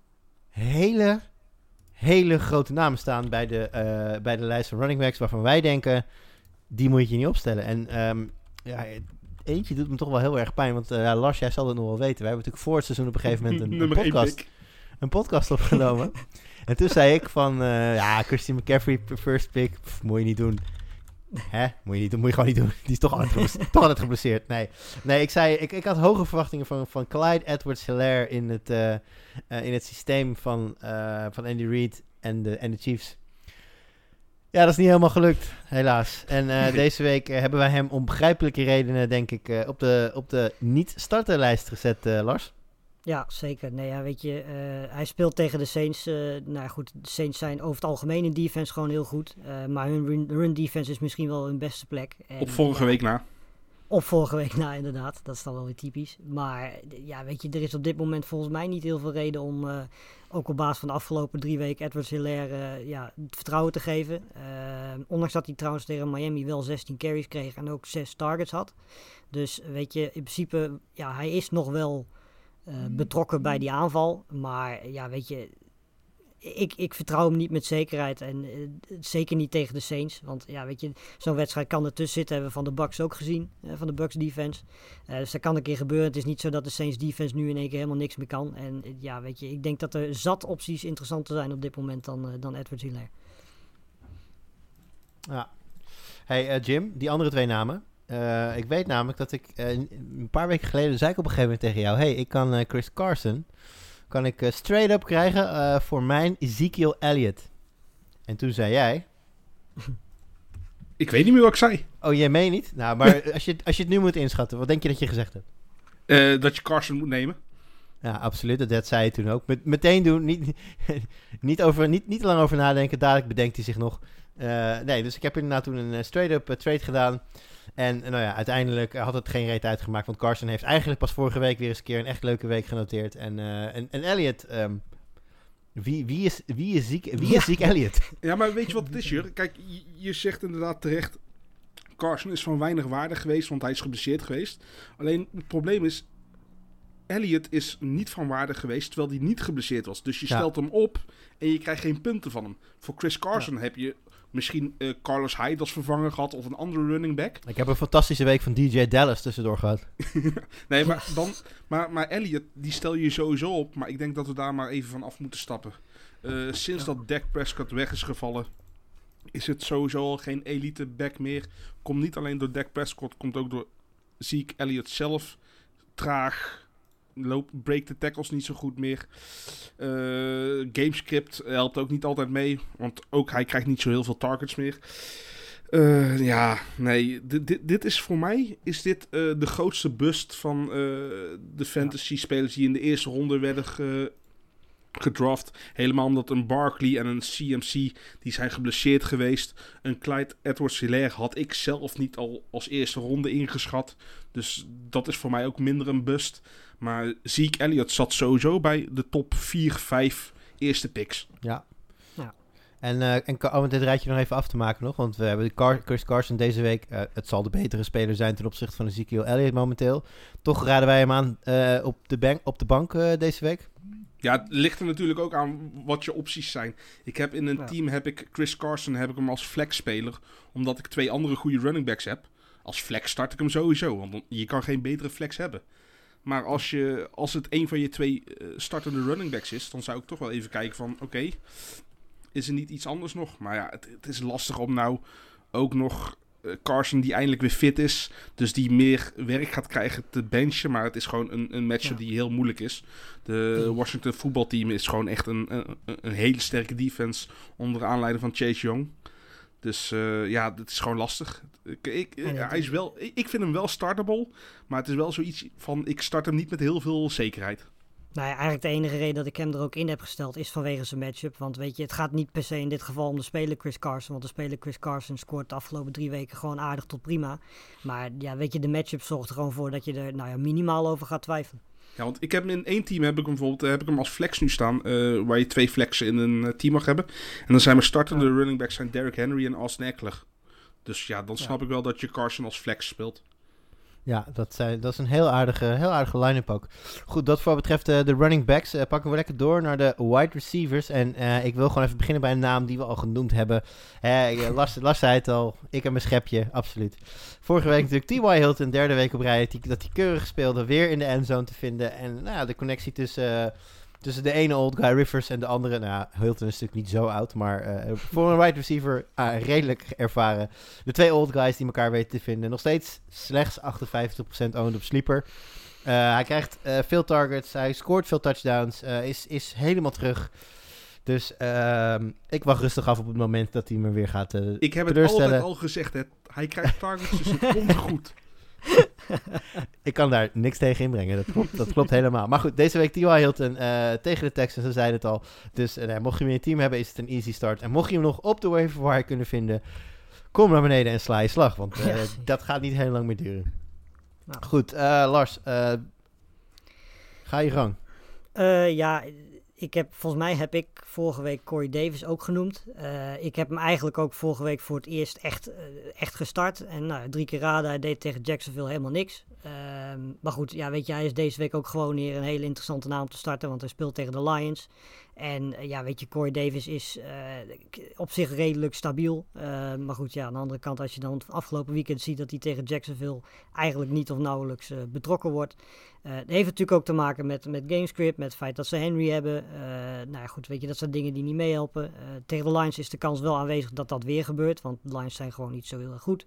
hele grote namen staan bij de lijst van running backs waarvan wij denken, die moet je niet opstellen. En eentje doet me toch wel heel erg pijn, want Lars, jij zal het nog wel weten. Wij hebben natuurlijk voor het seizoen op een gegeven moment een podcast opgenomen. En toen zei ik van, Christian McCaffrey, first pick, moet je niet doen. Hè? Moet je gewoon niet doen. Die is toch altijd geblesseerd. Nee, ik zei, ik had hoge verwachtingen van Clyde Edwards-Helaire in het systeem van Andy Reid en de Chiefs. Ja, dat is niet helemaal gelukt, helaas. En deze week hebben wij hem om begrijpelijke redenen, denk ik, op de niet-starterlijst gezet, Lars. Ja, zeker. Nee, ja, weet je, hij speelt tegen de Saints. Nou goed, de Saints zijn over het algemeen in defense gewoon heel goed. Maar hun run defense is misschien wel hun beste plek. En, Op vorige week na. Op vorige week na, inderdaad. Dat is dan wel weer typisch. Maar ja, weet je, er is op dit moment volgens mij niet heel veel reden om, ook op basis van de afgelopen 3 weken, Edwards-Helaire het vertrouwen te geven. Ondanks dat hij trouwens tegen Miami wel 16 carries kreeg en ook 6 targets had. Dus weet je, in principe, ja, hij is nog wel betrokken bij die aanval. Maar ja, weet je, ik vertrouw hem niet met zekerheid. En zeker niet tegen de Saints. Want ja, weet je, zo'n wedstrijd kan ertussen zitten. Hebben we van de Bucks ook gezien. Van de Bucks defense. Dus dat kan een keer gebeuren. Het is niet zo dat de Saints defense nu in één keer helemaal niks meer kan. En ja, weet je, ik denk dat er zat opties interessanter zijn op dit moment dan Edwards-Helaire. Ja. Hey Jim, die andere 2 namen. Ik weet namelijk dat ik een paar weken geleden zei ik op een gegeven moment tegen jou: hey, ik kan Chris Carson straight up krijgen voor mijn Ezekiel Elliott. En toen zei jij: Ik weet niet meer wat ik zei. oh, jij meen niet? Nou, maar als je het nu moet inschatten, wat denk je dat je gezegd hebt? Dat je Carson moet nemen. Ja, absoluut. Dat zei je toen ook. Meteen doen. Niet te lang over nadenken. Dadelijk bedenkt hij zich nog. Nee, dus ik heb inderdaad toen een straight-up trade gedaan. En nou ja, uiteindelijk had het geen reet uitgemaakt. Want Carson heeft eigenlijk pas vorige week weer eens een keer een echt leuke week genoteerd. En Elliott, wie is Zeke Elliott? Ja, maar weet je wat het is, Jur? Kijk, je zegt inderdaad terecht, Carson is van weinig waarde geweest, want hij is geblesseerd geweest. Alleen het probleem is, Elliott is niet van waarde geweest terwijl hij niet geblesseerd was. Dus je stelt hem op en je krijgt geen punten van hem. Voor Chris Carson heb je misschien Carlos Hyde als vervanger gehad of een andere running back. Ik heb een fantastische week van DJ Dallas tussendoor gehad. Nee, maar Elliott, die stel je sowieso op. Maar ik denk dat we daar maar even van af moeten stappen. Sinds dat Dak Prescott weg is gevallen, is het sowieso al geen elite back meer. Komt niet alleen door Dak Prescott, komt ook door Zeke Elliott zelf. Traag. Break de tackles niet zo goed meer. Gamescript helpt ook niet altijd mee. Want ook hij krijgt niet zo heel veel targets meer. Ja, nee. Dit is voor mij de grootste bust van de fantasy spelers die in de eerste ronde werden gedraft. Helemaal omdat een Barkley en een CMC, die zijn geblesseerd geweest. Een Clyde Edwards-Helaire had ik zelf niet al als eerste ronde ingeschat. Dus dat is voor mij ook minder een bust. Maar Zeke Elliott zat sowieso bij de top 4, 5 eerste picks. Ja. En om dit rijtje nog even af te maken nog. Want we hebben Chris Carson deze week. Het zal de betere speler zijn ten opzichte van Ezekiel Elliott momenteel. Toch raden wij hem aan op de bank deze week. Ja, het ligt er natuurlijk ook aan wat je opties zijn. Ik heb in een team Chris Carson heb ik hem als flex-speler. Omdat ik 2 andere goede running backs heb. Als flex start ik hem sowieso. Want je kan geen betere flex hebben. Maar als het een van je 2 startende running backs is, dan zou ik toch wel even kijken van oké, is er niet iets anders nog? Maar ja, het is lastig om nou ook nog Carson die eindelijk weer fit is, dus die meer werk gaat krijgen te benchen. Maar het is gewoon een matchup die heel moeilijk is. De Washington voetbalteam is gewoon echt een hele sterke defense onder aanleiding van Chase Young. Dus ja, het is gewoon lastig. Ik vind hem wel startable, maar het is wel zoiets van, ik start hem niet met heel veel zekerheid. Nou ja, eigenlijk de enige reden dat ik hem er ook in heb gesteld is vanwege zijn matchup. Want weet je, het gaat niet per se in dit geval om de speler Chris Carson. Want de speler Chris Carson scoort de afgelopen 3 weken gewoon aardig tot prima. Maar ja, weet je, de matchup zorgt er gewoon voor dat je er minimaal over gaat twijfelen. Ja, want ik heb hem in 1 team heb ik hem als flex nu staan, waar je 2 flexen in een team mag hebben. En dan zijn mijn startende running backs zijn Derrick Henry en Austin Eckler. Dus ja, dan snap ik wel dat je Carson als flex speelt. Ja, dat is een heel aardige line-up ook. Goed, dat voor wat betreft de running backs pakken we lekker door naar de wide receivers. En ik wil gewoon even beginnen bij een naam die we al genoemd hebben. Lars zei het al, ik heb mijn schepje, absoluut. Vorige week natuurlijk T.Y. Hilton, 3e week op rij, dat hij keurig speelde, weer in de endzone te vinden. En nou, de connectie tussen tussen de ene old guy Rivers en de andere. Nou, Hilton is natuurlijk niet zo oud, maar voor een wide receiver redelijk ervaren. De 2 old guys die elkaar weten te vinden. Nog steeds slechts 58% owned op sleeper. Hij krijgt veel targets, hij scoort veel touchdowns, is helemaal terug. Dus ik wacht rustig af op het moment dat hij me weer gaat Ik heb het teleurstellen. altijd al gezegd, hè. Hij krijgt targets, dus het komt goed. Ik kan daar niks tegen inbrengen, dat klopt helemaal. Maar goed, deze week T.Y. Hilton tegen de Texans, we zeiden het al. Dus mocht je hem in je team hebben, is het een easy start. En mocht je hem nog op de waiver wire kunnen vinden, kom naar beneden en sla je slag. Want dat gaat niet heel lang meer duren. Nou. Goed, Lars, ga je gang. Volgens mij heb ik vorige week Corey Davis ook genoemd. Ik heb hem eigenlijk ook vorige week voor het eerst echt gestart. En 3 keer raden, hij deed tegen Jacksonville helemaal niks. Maar goed, ja, weet je, hij is deze week ook gewoon weer een hele interessante naam te starten. Want hij speelt tegen de Lions. En weet je, Corey Davis is op zich redelijk stabiel. Maar goed, ja, aan de andere kant, als je dan afgelopen weekend ziet dat hij tegen Jacksonville eigenlijk niet of nauwelijks betrokken wordt. Dat heeft natuurlijk ook te maken met gamescript, met het feit dat ze Henry hebben. Goed, weet je, dat zijn dingen die niet meehelpen. Tegen de Lions is de kans wel aanwezig dat dat weer gebeurt, want de Lions zijn gewoon niet zo heel erg goed.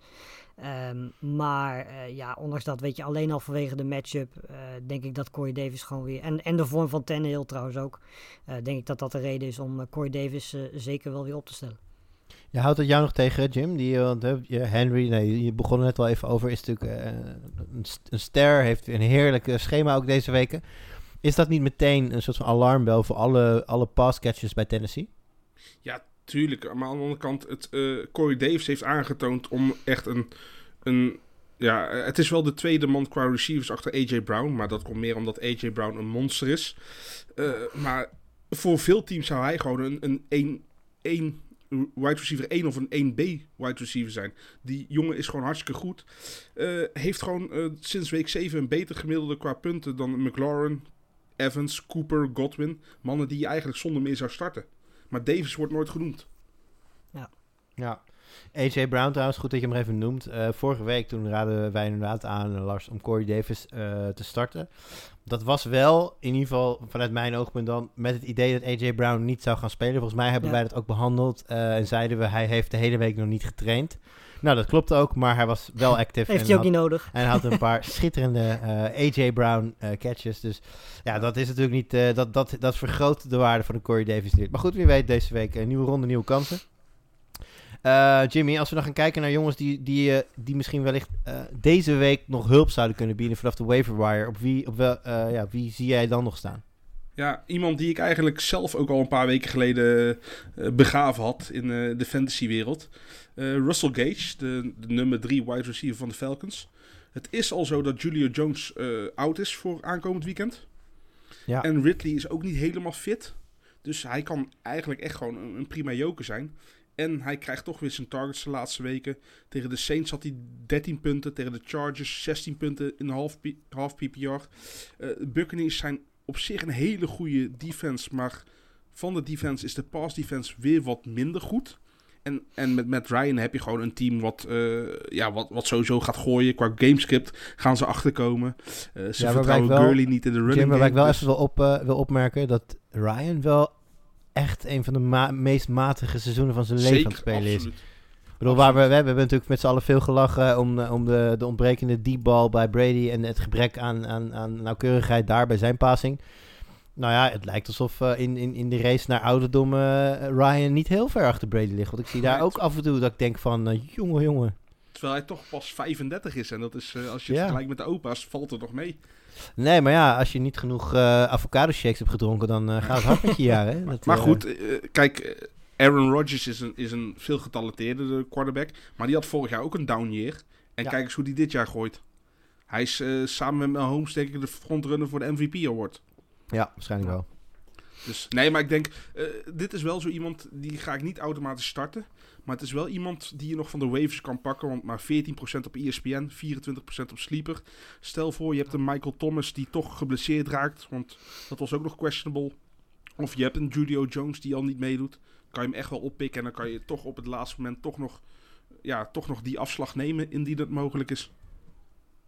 Ondanks dat, weet je, alleen al vanwege de matchup, denk ik dat Corey Davis gewoon weer, en de vorm van Tannehill trouwens ook, denk ik dat dat de reden is om Corey Davis zeker wel weer op te stellen. Je houdt het jou nog tegen, Jim? Henry, je begon er net al even over, is natuurlijk een ster, heeft een heerlijk schema ook deze weken. Is dat niet meteen een soort van alarmbel voor alle passcatches bij Tennessee? Ja, tuurlijk. Maar aan de andere kant, Corey Davis heeft aangetoond om echt het is wel de tweede man qua receivers achter A.J. Brown, maar dat komt meer omdat A.J. Brown een monster is. Maar voor veel teams zou hij gewoon een wide receiver 1 of een 1B wide receiver zijn. Die jongen is gewoon hartstikke goed. Heeft gewoon sinds week 7 een beter gemiddelde qua punten dan McLaurin, Evans, Cooper, Godwin. Mannen die je eigenlijk zonder meer zou starten. Maar Davis wordt nooit genoemd. Ja. A.J. Brown trouwens, goed dat je hem even noemt. Vorige week toen raden wij inderdaad aan, Lars, om Corey Davis te starten. Dat was wel, in ieder geval vanuit mijn oogpunt dan, met het idee dat A.J. Brown niet zou gaan spelen. Volgens mij hebben wij dat ook behandeld en zeiden we, hij heeft de hele week nog niet getraind. Nou, dat klopt ook, maar hij was wel actief. Heeft hij ook niet nodig. En hij had een paar schitterende A.J. Brown catches. Dus ja, dat is natuurlijk niet, dat vergroot de waarde van de Corey Davis niet. Maar goed, wie weet deze week een nieuwe ronde, nieuwe kansen. Jimmy, als we dan gaan kijken naar jongens die misschien wellicht deze week nog hulp zouden kunnen bieden vanaf de waiver wire, wie zie jij dan nog staan? Ja, iemand die ik eigenlijk zelf ook al een paar weken geleden begraven had in de fantasywereld. Russell Gage, de nummer 3 wide receiver van de Falcons. Het is al zo dat Julio Jones out is voor aankomend weekend. Ja. En Ridley is ook niet helemaal fit. Dus hij kan eigenlijk echt gewoon een prima joker zijn. En hij krijgt toch weer zijn targets de laatste weken. Tegen de Saints had hij 13 punten. Tegen de Chargers 16 punten in half PPR. Buccaneers zijn op zich een hele goede defense. Maar van de defense is de pass defense weer wat minder goed. En met Matt Ryan heb je gewoon een team wat sowieso gaat gooien. Qua gamescript gaan ze achterkomen. Ze vertrouwen Gurley niet in de running game. Waar ik wel even wil opmerken dat Ryan wel echt een van de meest matige seizoenen van zijn leven aan het spelen is. Ik bedoel, we hebben natuurlijk met z'n allen veel gelachen om de ontbrekende deep ball bij Brady en het gebrek aan nauwkeurigheid daar bij zijn passing. Nou ja, het lijkt alsof in de race naar ouderdom Ryan niet heel ver achter Brady ligt. Want ik zie daar ook af en toe dat ik denk van, jongen. Terwijl hij toch pas 35 is. En dat is, als je het vergelijkt met de opa's, valt het nog mee. Nee, maar ja, als je niet genoeg avocado shakes hebt gedronken, dan gaat het hard met je jaren. Hè? Maar goed, kijk, Aaron Rodgers is een veel getalenteerde quarterback. Maar die had vorig jaar ook een down year. En kijk eens hoe die dit jaar gooit. Hij is samen met Mahomes denk ik de frontrunner voor de MVP Award. Ja, waarschijnlijk wel. Dus nee, maar ik denk, dit is wel zo iemand, die ga ik niet automatisch starten. Maar het is wel iemand die je nog van de waivers kan pakken. Want maar 14% op ESPN, 24% op Sleeper. Stel voor, je hebt een Michael Thomas die toch geblesseerd raakt. Want dat was ook nog questionable. Of je hebt een Julio Jones die al niet meedoet. Kan je hem echt wel oppikken. En dan kan je toch op het laatste moment toch nog die afslag nemen indien dat mogelijk is.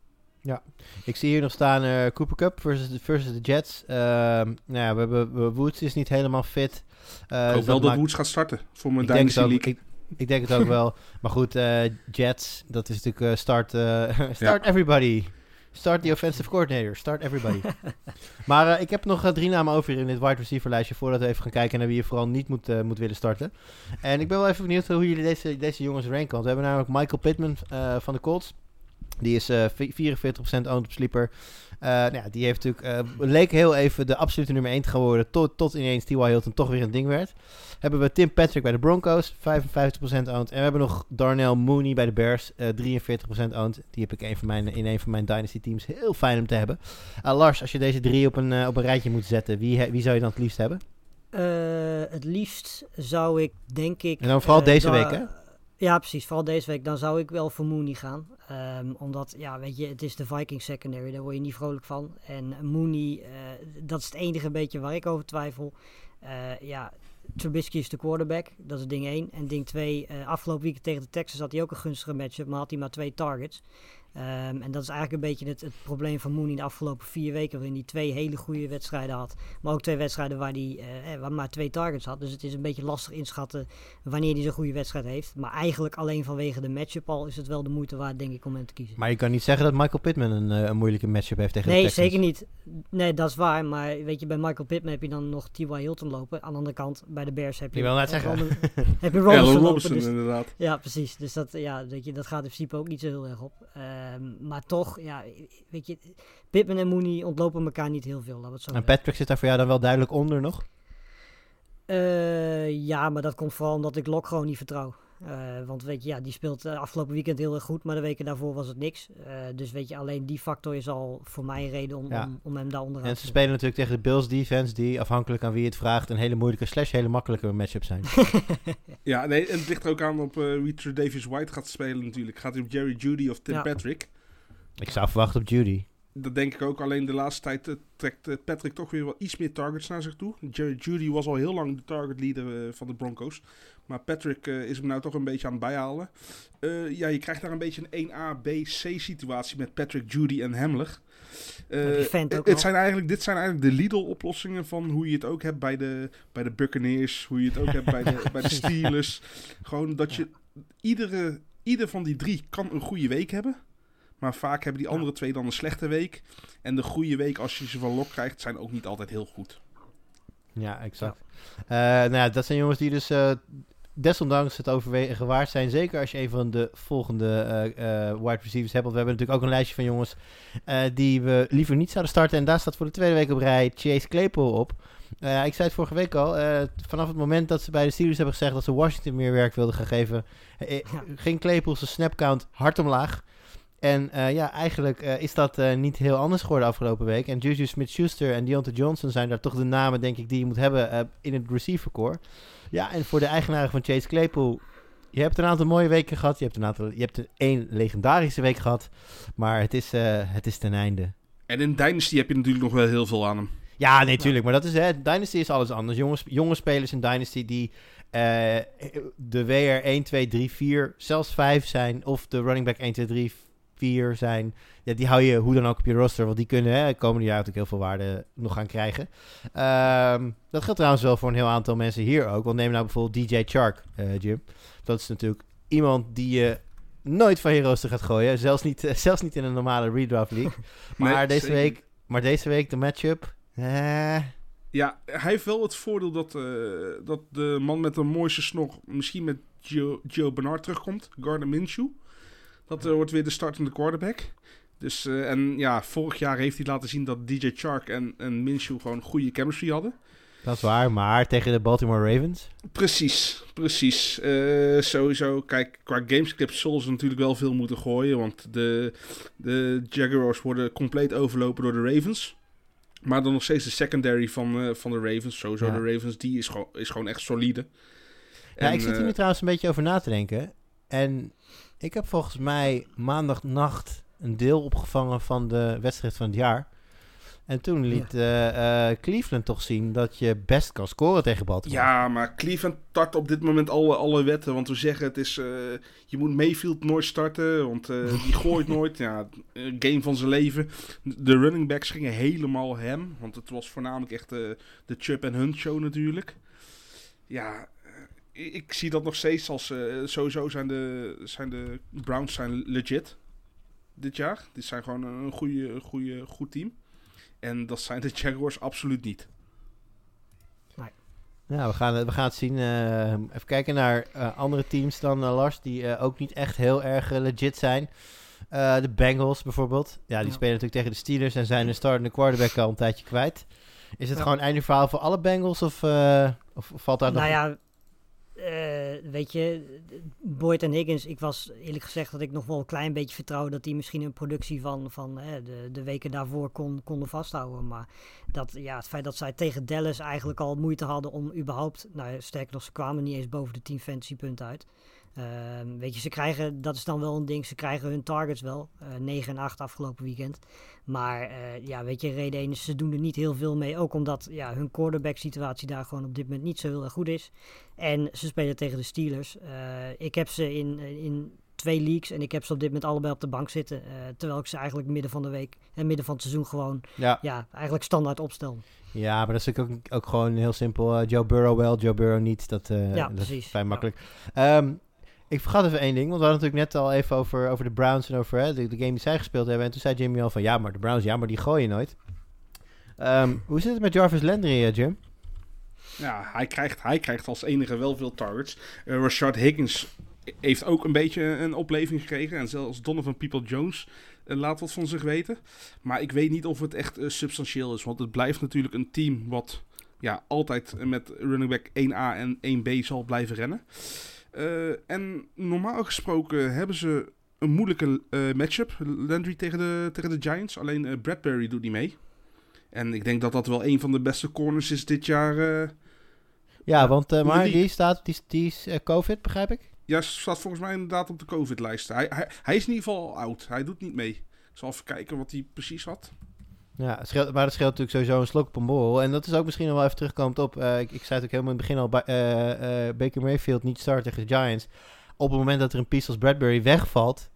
Ik zie hier nog staan Cooper Kupp versus de Jets. We hebben Woods is niet helemaal fit. Ik hoop wel dat Woods gaat starten voor mijn Ik denk Dynasty het ook. League. Ik denk het ook wel. Maar goed, Jets, dat is natuurlijk start everybody. Start the offensive coordinator. Start everybody. Maar ik heb nog 3 namen over in dit wide receiver lijstje voordat we even gaan kijken naar wie je vooral niet moet willen starten. En ik ben wel even benieuwd hoe jullie deze jongens ranken. Want we hebben namelijk Michael Pittman van de Colts. Die is 44% owned op Sleeper. Die heeft natuurlijk leek heel even de absolute nummer 1 te gaan worden tot ineens T.Y. Hilton toch weer een ding werd. Hebben we Tim Patrick bij de Broncos, 55% owned. En we hebben nog Darnell Mooney bij de Bears, 43% owned. Die heb ik in een van mijn Dynasty teams. Heel fijn om te hebben. Lars, als je deze 3 op een rijtje moet zetten, wie zou je dan het liefst hebben? Het liefst zou ik, denk ik... En dan vooral deze week, hè? Ja, precies. Vooral deze week. Dan zou ik wel voor Mooney gaan. Omdat, weet je, het is de Vikings secondary. Daar word je niet vrolijk van. En Mooney, dat is het enige beetje waar ik over twijfel. Trubisky is de quarterback. Dat is ding 1. En ding 2, afgelopen week tegen de Texans had hij ook een gunstige matchup. Maar had hij maar 2 targets. En dat is eigenlijk een beetje het probleem van Mooney de afgelopen 4 weken. Waarin hij 2 hele goede wedstrijden had. Maar ook 2 wedstrijden waar hij maar 2 targets had. Dus het is een beetje lastig inschatten wanneer hij zo'n goede wedstrijd heeft. Maar eigenlijk alleen vanwege de matchup al is het wel de moeite waard, denk ik, om hem te kiezen. Maar je kan niet zeggen dat Michael Pittman een moeilijke matchup heeft tegen de Texans. Nee, zeker niet. Nee, dat is waar. Maar weet je, bij Michael Pittman heb je dan nog T.Y. Hilton lopen. Aan de andere kant, bij de Bears heb je... Ik wil net zeggen. Heb je Robinson Robinson lopen. Dus, inderdaad. ja, precies. Dus dat gaat in principe ook niet zo heel erg op. Maar toch, weet je, Pittman en Mooney ontlopen elkaar niet heel veel. Laten we het zo En Patrick zit daar voor jou dan wel duidelijk onder nog? Ja, maar dat komt vooral omdat ik Lok gewoon niet vertrouw. Want weet je, die speelt afgelopen weekend heel erg goed, maar de weken daarvoor was het niks. Dus weet je, alleen die factor is al voor mij een reden om hem daar onderaan En te ze spelen natuurlijk tegen de Bills defense, die afhankelijk aan wie het vraagt een hele moeilijke / hele makkelijke matchup zijn. Ja, nee, en het ligt er ook aan op wie Tre'Davious White gaat spelen natuurlijk. Gaat hij op Jerry Jeudy of Tim Patrick? Ik zou verwachten op Jeudy. Dat denk ik ook. Alleen de laatste tijd trekt Patrick toch weer wel iets meer targets naar zich toe. Jerry Jeudy was al heel lang de target leader van de Broncos. Maar Patrick is hem nou toch een beetje aan het bijhalen. Je krijgt daar een beetje een 1A, B, C situatie met Patrick, Jeudy en Hamler. Dit zijn eigenlijk de Lidl-oplossingen van hoe je het ook hebt bij de Buccaneers. Hoe je het ook hebt bij de Steelers. Gewoon dat je ieder van die 3 kan een goede week hebben. Maar vaak hebben die andere 2 dan een slechte week. En de goede week, als je ze van Lok krijgt, zijn ook niet altijd heel goed. Ja, exact. Dat zijn jongens die dus desondanks het overwegen waard zijn. Zeker als je een van de volgende wide receivers hebt. Want we hebben natuurlijk ook een lijstje van jongens die we liever niet zouden starten. En daar staat voor de tweede week op rij Chase Claypool op. Ik zei het vorige week al. Vanaf het moment dat ze bij de Steelers hebben gezegd dat ze Washington meer werk wilden gaan geven, ging Claypool zijn snapcount hard omlaag. En eigenlijk is dat niet heel anders geworden afgelopen week. En Juju Smith-Schuster en Deontay Johnson zijn daar toch de namen, denk ik, die je moet hebben in het receiver core. Ja, en voor de eigenaren van Chase Claypool, je hebt een aantal mooie weken gehad. Je hebt één legendarische week gehad. Maar het is ten einde. En in Dynasty heb je natuurlijk nog wel heel veel aan hem. Ja, nee, tuurlijk. Maar dat is Dynasty is alles anders. Jonge spelers in Dynasty die de WR 1, 2, 3, 4, zelfs 5 zijn. Of de running back 1, 2, 3, 4 zijn. Ja, die hou je hoe dan ook op je roster. Want die kunnen komende jaar natuurlijk heel veel waarde nog gaan krijgen. Dat geldt trouwens wel voor een heel aantal mensen hier ook. Want neem nou bijvoorbeeld DJ Chark, Jim. Dat is natuurlijk iemand die je nooit van je roster gaat gooien. Zelfs niet in een normale redraft league. Maar, deze week de matchup. Ja, hij heeft wel het voordeel dat de man met de mooiste snor misschien met Joe Bernard terugkomt. Gardner Minshew. Dat wordt weer de startende quarterback. Dus, vorig jaar heeft hij laten zien dat DJ Chark en Minshew gewoon goede chemistry hadden. Dat is waar, maar tegen de Baltimore Ravens? Precies. Sowieso, kijk, qua gamescript zullen ze natuurlijk wel veel moeten gooien. Want de Jaguars worden compleet overlopen door de Ravens. Maar dan nog steeds de secondary van de Ravens. Sowieso de Ravens, die is gewoon echt solide. Ja, ik zit hier nu trouwens een beetje over na te denken. En ik heb volgens mij maandagnacht een deel opgevangen van de wedstrijd van het jaar. En toen liet Cleveland toch zien dat je best kan scoren tegen Baltimore. Ja, maar Cleveland tart op dit moment alle wetten. Want we zeggen het is... je moet Mayfield nooit starten, want die gooit nooit. Ja, game van zijn leven. De running backs gingen helemaal hem. Want het was voornamelijk echt de Chubb en Hunt show natuurlijk. Ja, ik zie dat nog steeds als... sowieso zijn de Browns zijn legit dit jaar. Dit zijn gewoon een goed team. En dat zijn de Jaguars absoluut niet. Ja, we gaan het zien. Even kijken naar andere teams dan Lars, die ook niet echt heel erg legit zijn. De Bengals bijvoorbeeld. Ja, die spelen natuurlijk tegen de Steelers en zijn de startende quarterback al een tijdje kwijt. Is het gewoon einde verhaal voor alle Bengals of valt daar nog... Nou ja, weet je, Boyd en Higgins, ik was eerlijk gezegd dat ik nog wel een klein beetje vertrouwde dat die misschien een productie van de weken daarvoor konden vasthouden. Maar het feit dat zij tegen Dallas eigenlijk al moeite hadden om überhaupt, nou sterker nog, ze kwamen niet eens boven de 10 fantasy punten uit. Weet je, ze krijgen, dat is dan wel een ding, ze krijgen hun targets wel, 9 en 8 afgelopen weekend. Maar weet je, reden 1 is, ze doen er niet heel veel mee. Ook omdat hun quarterback situatie daar gewoon op dit moment niet zo heel erg goed is. En ze spelen tegen de Steelers. Ik heb ze in 2 leagues en ik heb ze op dit moment allebei op de bank zitten. Terwijl ik ze eigenlijk midden van de week en midden van het seizoen gewoon eigenlijk standaard opstel. Ja, maar dat is natuurlijk ook gewoon heel simpel. Joe Burrow wel, Joe Burrow niet. Dat is vrij makkelijk. Ik vergat even één ding, want we hadden natuurlijk net al even over de Browns en over de game die zij gespeeld hebben. En toen zei Jimmy al van, ja, maar de Browns, maar die gooien nooit. Hoe zit het met Jarvis Landry, Jim? Ja, hij krijgt als enige wel veel targets. Rashard Higgins heeft ook een beetje een opleving gekregen. En zelfs Donovan Peoples-Jones laat wat van zich weten. Maar ik weet niet of het echt substantieel is. Want het blijft natuurlijk een team wat altijd met running back 1A en 1B zal blijven rennen. En normaal gesproken hebben ze een moeilijke matchup. Landry tegen de Giants. Alleen Bradbury doet niet mee. En ik denk dat dat wel een van de beste corners is dit jaar. Want maar die is COVID, begrijp ik? Ja, staat volgens mij inderdaad op de COVID-lijst. Hij is in ieder geval oud. Hij doet niet mee. Ik zal even kijken wat hij precies had. Ja, maar dat scheelt natuurlijk sowieso een slok op een borrel. En dat is ook misschien nog wel even terugkomend op. Ik zei het ook helemaal in het begin al. Baker Mayfield niet start tegen de Giants. Op het moment dat er een piece als Bradbury wegvalt.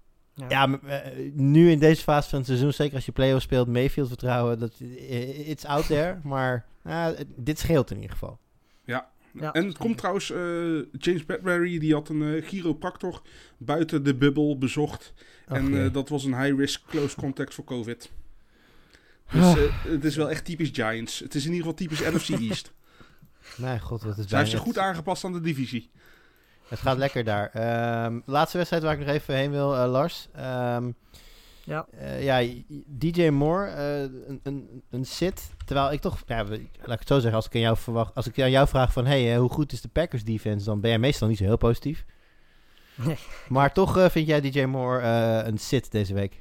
Nu in deze fase van het seizoen, zeker als je playoffs speelt, Mayfield vertrouwen. It's out there. Maar dit scheelt in ieder geval. Ja. En het komt trouwens, James Bradbury die had een chiropractor buiten de bubbel bezocht. Dat was een high-risk close contact voor COVID. Dus het is wel echt typisch Giants. Het is in ieder geval typisch NFC East. Nee, god, wat is Zij heeft zich goed aangepast aan de divisie. Het gaat lekker daar. Laatste wedstrijd waar ik nog even heen wil, Lars. DJ Moore, een sit. Terwijl ik toch, laat ik het zo zeggen, als ik aan jou vraag van, hoe goed is de Packers defense, dan ben jij meestal niet zo heel positief. Nee. Maar toch vind jij DJ Moore een sit deze week?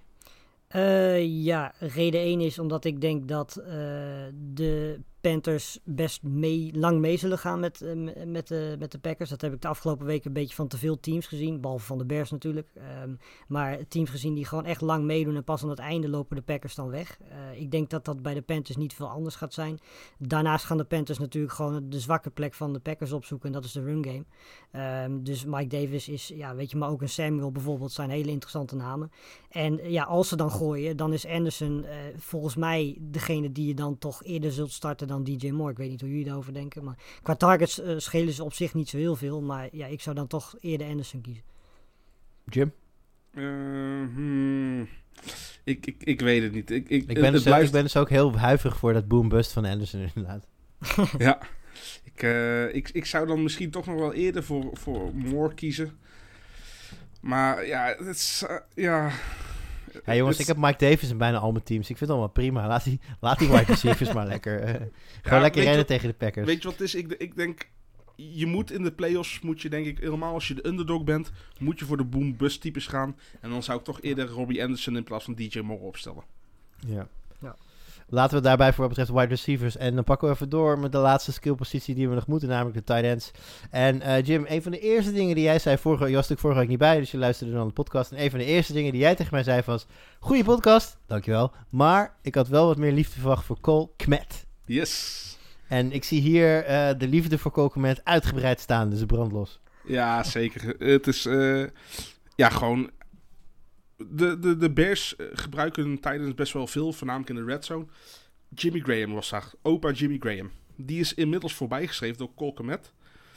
Reden 1 is omdat ik denk dat de Panthers best lang mee zullen gaan met de Packers. Dat heb ik de afgelopen weken een beetje van te veel teams gezien. Behalve van de Bears natuurlijk. Maar teams gezien die gewoon echt lang meedoen. En pas aan het einde lopen de Packers dan weg. Ik denk dat dat bij de Panthers niet veel anders gaat zijn. Daarnaast gaan de Panthers natuurlijk gewoon de zwakke plek van de Packers opzoeken. En dat is de run game. Dus Mike Davis is, maar ook een Samuel bijvoorbeeld zijn hele interessante namen. En als ze dan gooien, dan is Anderson volgens mij degene die je dan toch eerder zult starten dan DJ Moore. Ik weet niet hoe jullie daarover denken. Maar qua targets schelen ze op zich niet zo heel veel. Maar ik zou dan toch eerder Anderson kiezen. Jim? Ik weet het niet. Ik ben dus ook heel huiverig voor dat boom-bust van Anderson inderdaad. Ja. Ik zou dan misschien toch nog wel eerder voor Moore kiezen. Maar het is... Ja, jongens, ik heb Mike Davis in bijna al mijn teams. Ik vind het allemaal prima. Laat die wide receivers maar lekker. Gewoon lekker rennen tegen de Packers. Weet je wat het is? Ik denk, je moet in de playoffs, denk ik, helemaal als je de underdog bent, moet je voor de boom-bust types gaan. En dan zou ik toch eerder Robbie Anderson in plaats van DJ Moore opstellen. Ja. Laten we daarbij voor wat betreft wide receivers. En dan pakken we even door met de laatste skillpositie die we nog moeten, namelijk de tight ends. En Jim, een van de eerste dingen die jij zei je was natuurlijk vorige week niet bij, dus je luisterde dan de podcast. En een van de eerste dingen die jij tegen mij zei was, goeie podcast, dankjewel. Maar ik had wel wat meer liefde verwacht voor Cole Kmet. Yes. En ik zie hier de liefde voor Cole Kmet uitgebreid staan, dus brandlos. Ja, zeker. Het is gewoon... De Bears gebruiken tijdens best wel veel, voornamelijk in de red zone. Jimmy Graham was daar. Opa Jimmy Graham. Die is inmiddels voorbijgeschreven door Cole Kmet.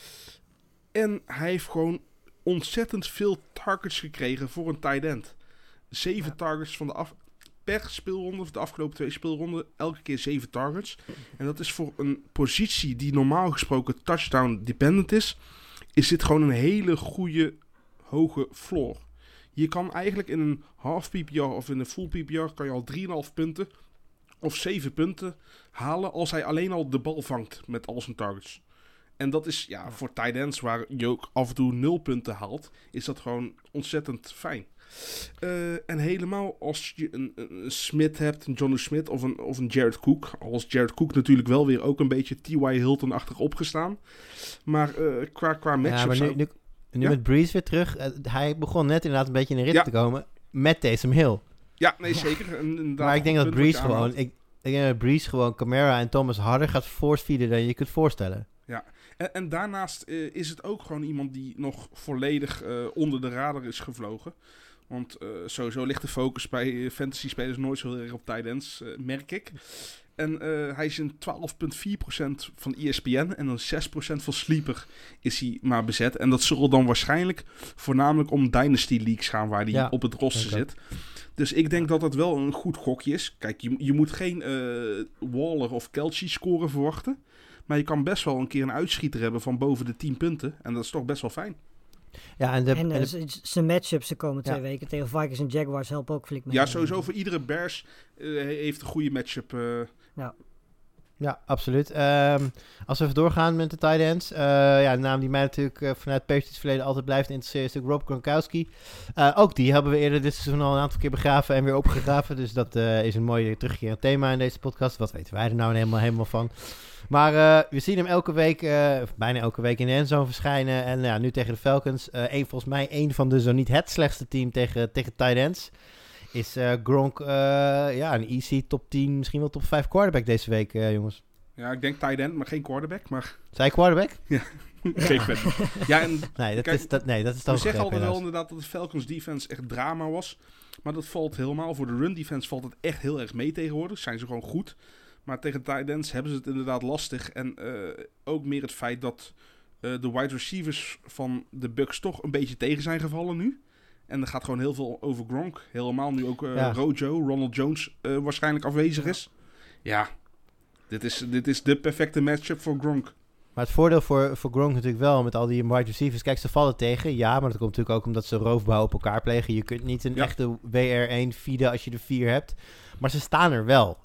En hij heeft gewoon ontzettend veel targets gekregen voor een tight end. 7 targets per speelronde, of de afgelopen 2 speelronden, elke keer 7 targets. En dat is voor een positie die normaal gesproken touchdown dependent is dit gewoon een hele goede, hoge floor. Je kan eigenlijk in een half PPR of in een full PPR kan je al 3,5 punten of 7 punten halen als hij alleen al de bal vangt met al zijn targets. En dat is voor tight ends waar je ook af en toe 0 punten haalt, is dat gewoon ontzettend fijn. En helemaal als je een Smith hebt, een Jonnu Smith of een Jared Cook. Als Jared Cook natuurlijk wel weer ook een beetje T.Y. Hilton-achtig opgestaan. Maar qua matchups... Ja, maar nu met Breeze weer terug. Hij begon net inderdaad een beetje in de rit te komen met Taysom Hill. Ja, nee, zeker. Maar ik denk dat Breeze gewoon... Ik denk dat Breeze gewoon Kamara en Thomas harder gaat force-feeden dan je kunt voorstellen. Ja, en daarnaast is het ook gewoon iemand die nog volledig onder de radar is gevlogen. Want sowieso ligt de focus bij fantasy-spelers nooit zo heel erg op tight ends, merk ik. En hij is in 12,4% van ESPN en dan 6% van Sleeper is hij maar bezet. En dat zal dan waarschijnlijk voornamelijk om Dynasty Leagues gaan waar hij op het roster zit. Dus ik denk dat dat wel een goed gokje is. Kijk, je moet geen Waller of Kelce scoren verwachten. Maar je kan best wel een keer een uitschieter hebben van boven de 10 punten. En dat is toch best wel fijn. Ja, en zijn matchups de komende 2 weken tegen Vikings en Jaguars helpen ook flink mee. Ja, sowieso voor iedere Bears heeft een goede matchup. Ja, absoluut. Als we even doorgaan met de tight ends. Een naam die mij natuurlijk vanuit Patriots verleden altijd blijft interesseren is natuurlijk Rob Gronkowski. Ook die hebben we eerder dit seizoen al een aantal keer begraven en weer opgegraven. Dus dat is een mooi terugkerend thema in deze podcast. Wat weten wij er nou helemaal van? Maar we zien hem elke week, bijna elke week in de endzone verschijnen. En nu tegen de Falcons. Volgens mij een van de, zo niet het slechtste team tegen tight ends. Is Gronk een easy top 10, misschien wel top 5 quarterback deze week, jongens. Ja, ik denk tight end, maar geen quarterback. Maar... Zij quarterback? Ja, geen quarterback. Ja, en dat is dan we zeggen altijd wel inderdaad dat de Falcons defense echt drama was. Maar dat valt helemaal. Voor de run defense valt het echt heel erg mee tegenwoordig. Zijn ze gewoon goed. Maar tegen tight ends hebben ze het inderdaad lastig. En ook meer het feit dat de wide receivers van de Bucks toch een beetje tegen zijn gevallen nu. En er gaat gewoon heel veel over Gronk. Helemaal nu ook Rojo, Ronald Jones waarschijnlijk afwezig is. Ja, dit is de perfecte matchup voor Gronk. Maar het voordeel voor Gronk natuurlijk wel met al die wide receivers. Kijk, ze vallen tegen. Ja, maar dat komt natuurlijk ook omdat ze roofbouw op elkaar plegen. Je kunt niet een echte WR1 feeden als je er 4 hebt. Maar ze staan er wel.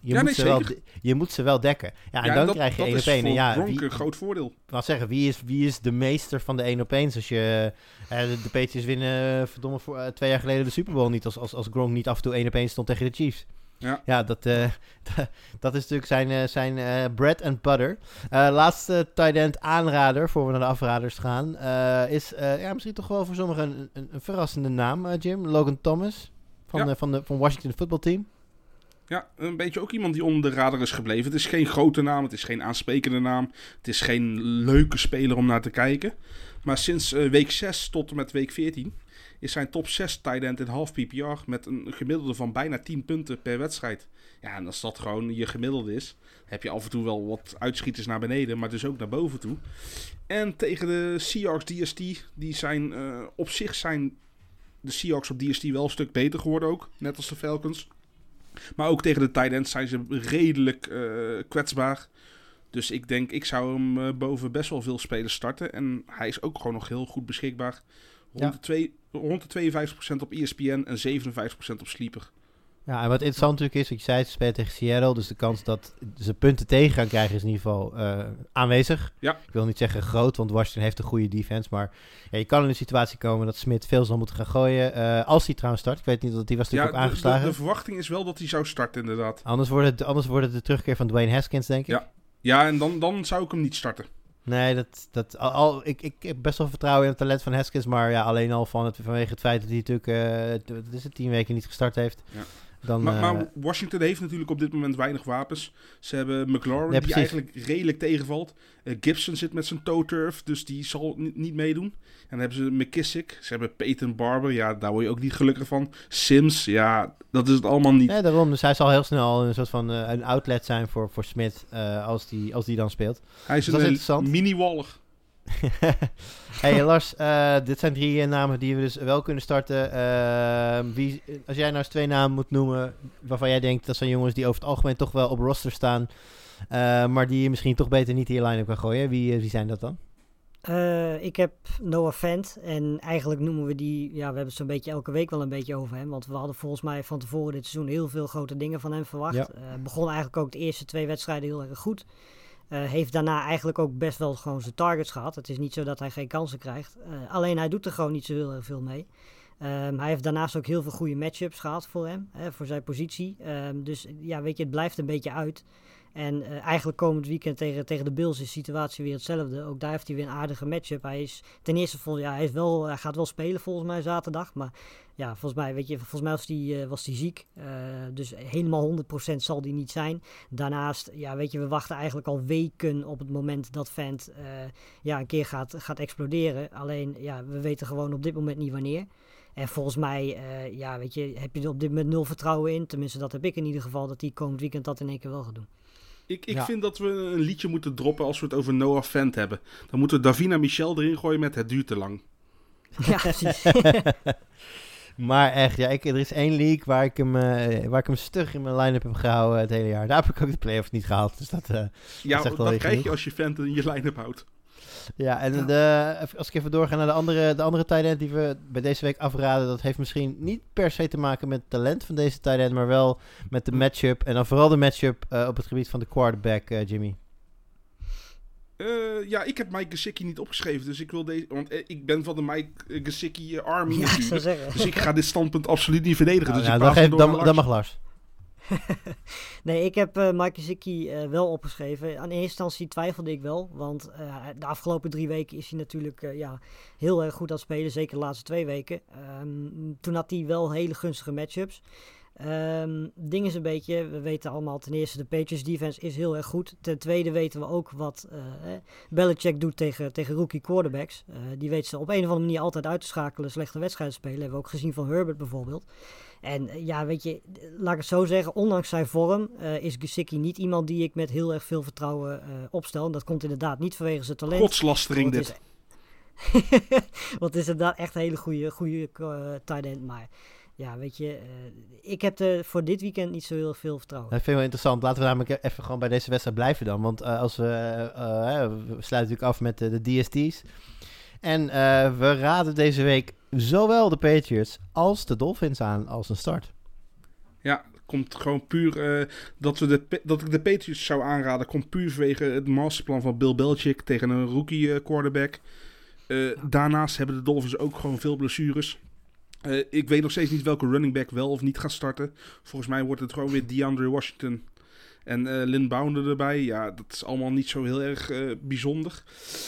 Je moet ze wel dekken. Ja, en dan krijg je 1 op 1. Dat is voor Gronk een groot voordeel. Ik wil zeggen, wie is de meester van de 1 op 1? Als je de Patriots winnen verdomme voor 2 jaar geleden de Super Bowl niet. Als Gronk niet af en toe 1 op 1 stond tegen de Chiefs. Ja, dat is natuurlijk zijn bread and butter. Laatste tight end aanrader, voor we naar de afraders gaan, is misschien toch wel voor sommigen een verrassende naam, Jim. Logan Thomas van Washington Football Team. Ja, een beetje ook iemand die onder de radar is gebleven. Het is geen grote naam, het is geen aansprekende naam. Het is geen leuke speler om naar te kijken. Maar sinds week 6 tot en met week 14... is zijn top 6 tight end in half PPR met een gemiddelde van bijna 10 punten per wedstrijd. Ja, en als dat gewoon je gemiddelde is, heb je af en toe wel wat uitschieters naar beneden, maar dus ook naar boven toe. En tegen de Seahawks DST, die zijn op zich zijn de Seahawks op DST wel een stuk beter geworden ook, net als de Falcons. Maar ook tegen de tight ends zijn ze redelijk kwetsbaar. Dus ik zou hem boven best wel veel spelers starten. En hij is ook gewoon nog heel goed beschikbaar. Rond de 52% op ESPN en 57% op Sleeper. Ja, en wat interessant natuurlijk is, wat je zei, ze spelen tegen Seattle, dus de kans dat ze punten tegen gaan krijgen is in ieder geval aanwezig. Ja. Ik wil niet zeggen groot, want Washington heeft een goede defense, maar ja, je kan in een situatie komen dat Smith veel zal moeten gaan gooien. Als hij trouwens start, ik weet niet, dat hij was natuurlijk ook aangeslagen. De verwachting is wel dat hij zou starten inderdaad. Anders wordt het de terugkeer van Dwayne Haskins, denk ik. Ja, en dan zou ik hem niet starten. Nee, ik heb best wel vertrouwen in het talent van Haskins, maar ja, alleen al vanwege het feit dat hij natuurlijk 10 weken niet gestart heeft. Ja. Dan, maar Washington heeft natuurlijk op dit moment weinig wapens. Ze hebben McLaurin, die eigenlijk redelijk tegenvalt. Gibson zit met zijn toe turf, dus die zal niet meedoen. En dan hebben ze McKissick. Ze hebben Peyton Barber, ja, daar word je ook niet gelukkiger van. Sims, ja, dat is het allemaal niet. Nee, daarom. Dus hij zal heel snel een soort van een outlet zijn voor Smith als die dan speelt. Hij is dus een mini-Waller. Hey Lars, dit zijn 3 namen die we dus wel kunnen starten. Als jij nou eens 2 namen moet noemen waarvan jij denkt dat zijn jongens die over het algemeen toch wel op roster staan, maar die je misschien toch beter niet in je line-up kan gooien. Wie zijn dat dan? Ik heb Noah Fant en eigenlijk noemen we die, ja, we hebben het zo'n beetje elke week wel een beetje over hem, want we hadden volgens mij van tevoren dit seizoen heel veel grote dingen van hem verwacht. Ja. Begon eigenlijk ook de eerste 2 wedstrijden heel erg goed. Heeft daarna eigenlijk ook best wel gewoon zijn targets gehad. Het is niet zo dat hij geen kansen krijgt. Alleen hij doet er gewoon niet zo heel erg veel mee. Hij heeft daarnaast ook heel veel goede matchups gehad voor hem, voor zijn positie. Dus ja, weet je, het blijft een beetje uit. En eigenlijk komend weekend tegen de Bills is de situatie weer hetzelfde. Ook daar heeft hij weer een aardige matchup. Hij is ten eerste hij gaat wel spelen volgens mij zaterdag. Maar ja, volgens mij was hij ziek. Dus helemaal 100% zal die niet zijn. Daarnaast, ja, weet je, we wachten eigenlijk al weken op het moment dat Fant een keer gaat exploderen. Alleen, ja, we weten gewoon op dit moment niet wanneer. En volgens mij, weet je, heb je er op dit moment 0 vertrouwen in. Tenminste, dat heb ik in ieder geval, dat hij komend weekend dat in één keer wel gaat doen. Ik vind dat we een liedje moeten droppen als we het over Noah Fant hebben. Dan moeten we Davina Michel erin gooien met Het duurt te lang. Ja, precies. Maar echt, ja, er is 1 league waar ik hem stug in mijn line-up heb gehouden het hele jaar. Daar heb ik ook de playoffs niet gehaald. Dus dat dat krijg je als je Fant in je line-up houdt. Ja, en als ik even doorga naar de andere tight end die we bij deze week afraden, dat heeft misschien niet per se te maken met het talent van deze tight end, maar wel met de matchup. En dan vooral de matchup op het gebied van de quarterback, Jimmy. Ik heb Mike Gesicki niet opgeschreven, dus ik wil deze, want ik ben van de Mike Gesicki Army natuurlijk. Dus ik ga dit standpunt absoluut niet verdedigen. Dan mag Lars. Nee, ik heb Mike Gesicki wel opgeschreven. Aan eerste instantie twijfelde ik wel, want de afgelopen 3 weken is hij natuurlijk heel erg goed aan het spelen, zeker de laatste 2 weken. Toen had hij wel hele gunstige matchups. Ding is een beetje, we weten allemaal ten eerste de Patriots defense is heel erg goed. Ten tweede weten we ook wat Belichick doet tegen rookie quarterbacks. Die weet ze op een of andere manier altijd uit te schakelen, slechte wedstrijden spelen. Hebben we ook gezien van Herbert bijvoorbeeld. En ja, weet je, laat ik het zo zeggen, ondanks zijn vorm is Gesicki niet iemand die ik met heel erg veel vertrouwen opstel. En dat komt inderdaad niet vanwege zijn talent. Godslastering dit. Want het is inderdaad echt een hele goede tight end, maar ja, weet je, ik heb er voor dit weekend niet zo heel veel vertrouwen. Dat vind ik wel interessant. Laten we namelijk even gewoon bij deze wedstrijd blijven dan. Want als we sluiten natuurlijk af met de DST's. En we raden deze week zowel de Patriots als de Dolphins aan als een start. Ja, komt gewoon puur dat ik de Patriots zou aanraden. Komt puur vanwege het masterplan van Bill Belichick tegen een rookie quarterback. Daarnaast hebben de Dolphins ook gewoon veel blessures. Ik weet nog steeds niet welke running back wel of niet gaat starten. Volgens mij wordt het gewoon weer DeAndre Washington en Lynn Bounder erbij. Ja, dat is allemaal niet zo heel erg bijzonder.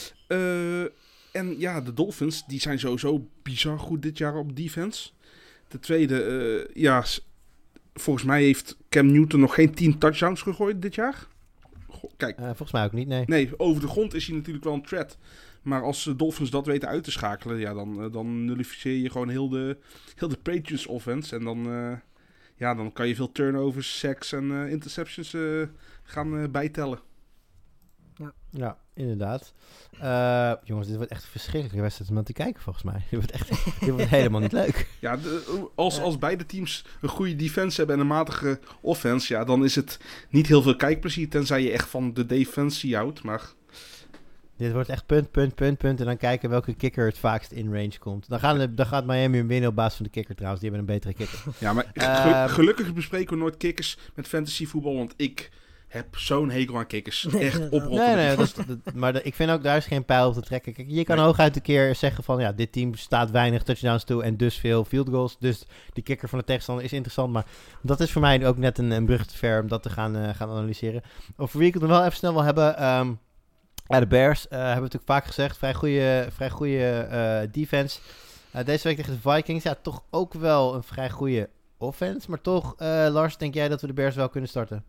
En ja, de Dolphins, die zijn sowieso bizar goed dit jaar op defense. Ten tweede, volgens mij heeft Cam Newton nog geen 10 touchdowns gegooid dit jaar. Kijk. Volgens mij ook niet, nee. Nee, over de grond is hij natuurlijk wel een threat. Maar als de Dolphins dat weten uit te schakelen, ja, dan nullificeer je gewoon heel de Patriots offense. En dan kan je veel turnovers, sacks en interceptions gaan bijtellen. Ja, inderdaad. Jongens, dit wordt echt een verschrikkelijke wedstrijd om aan te kijken volgens mij. Dit wordt helemaal niet leuk. Ja, als beide teams een goede defense hebben en een matige offense, ja, dan is het niet heel veel kijkplezier, tenzij je echt van de defensie houdt. Maar Dit wordt echt punt. En dan kijken welke kicker het vaakst in range komt. Dan gaat Miami hem winnen op basis van de kicker trouwens. Die hebben een betere kicker. Ja, maar gelukkig bespreken we nooit kickers met fantasy voetbal. Want ik heb zo'n hekel aan kickers. Echt oprotten. Nee, maar ik vind ook daar is geen pijl op te trekken. Kijk, je kan hooguit een keer zeggen van ja, dit team staat weinig touchdowns toe en dus veel field goals. Dus die kicker van de tegenstander is interessant. Maar dat is voor mij ook net een brug te ver om dat te gaan analyseren. Over wie ik het nog wel even snel wil hebben. De Bears hebben we natuurlijk vaak gezegd. Vrij goede defense. Deze week tegen de Vikings. Ja, toch ook wel een vrij goede offense. Maar toch, Lars, denk jij dat we de Bears wel kunnen starten?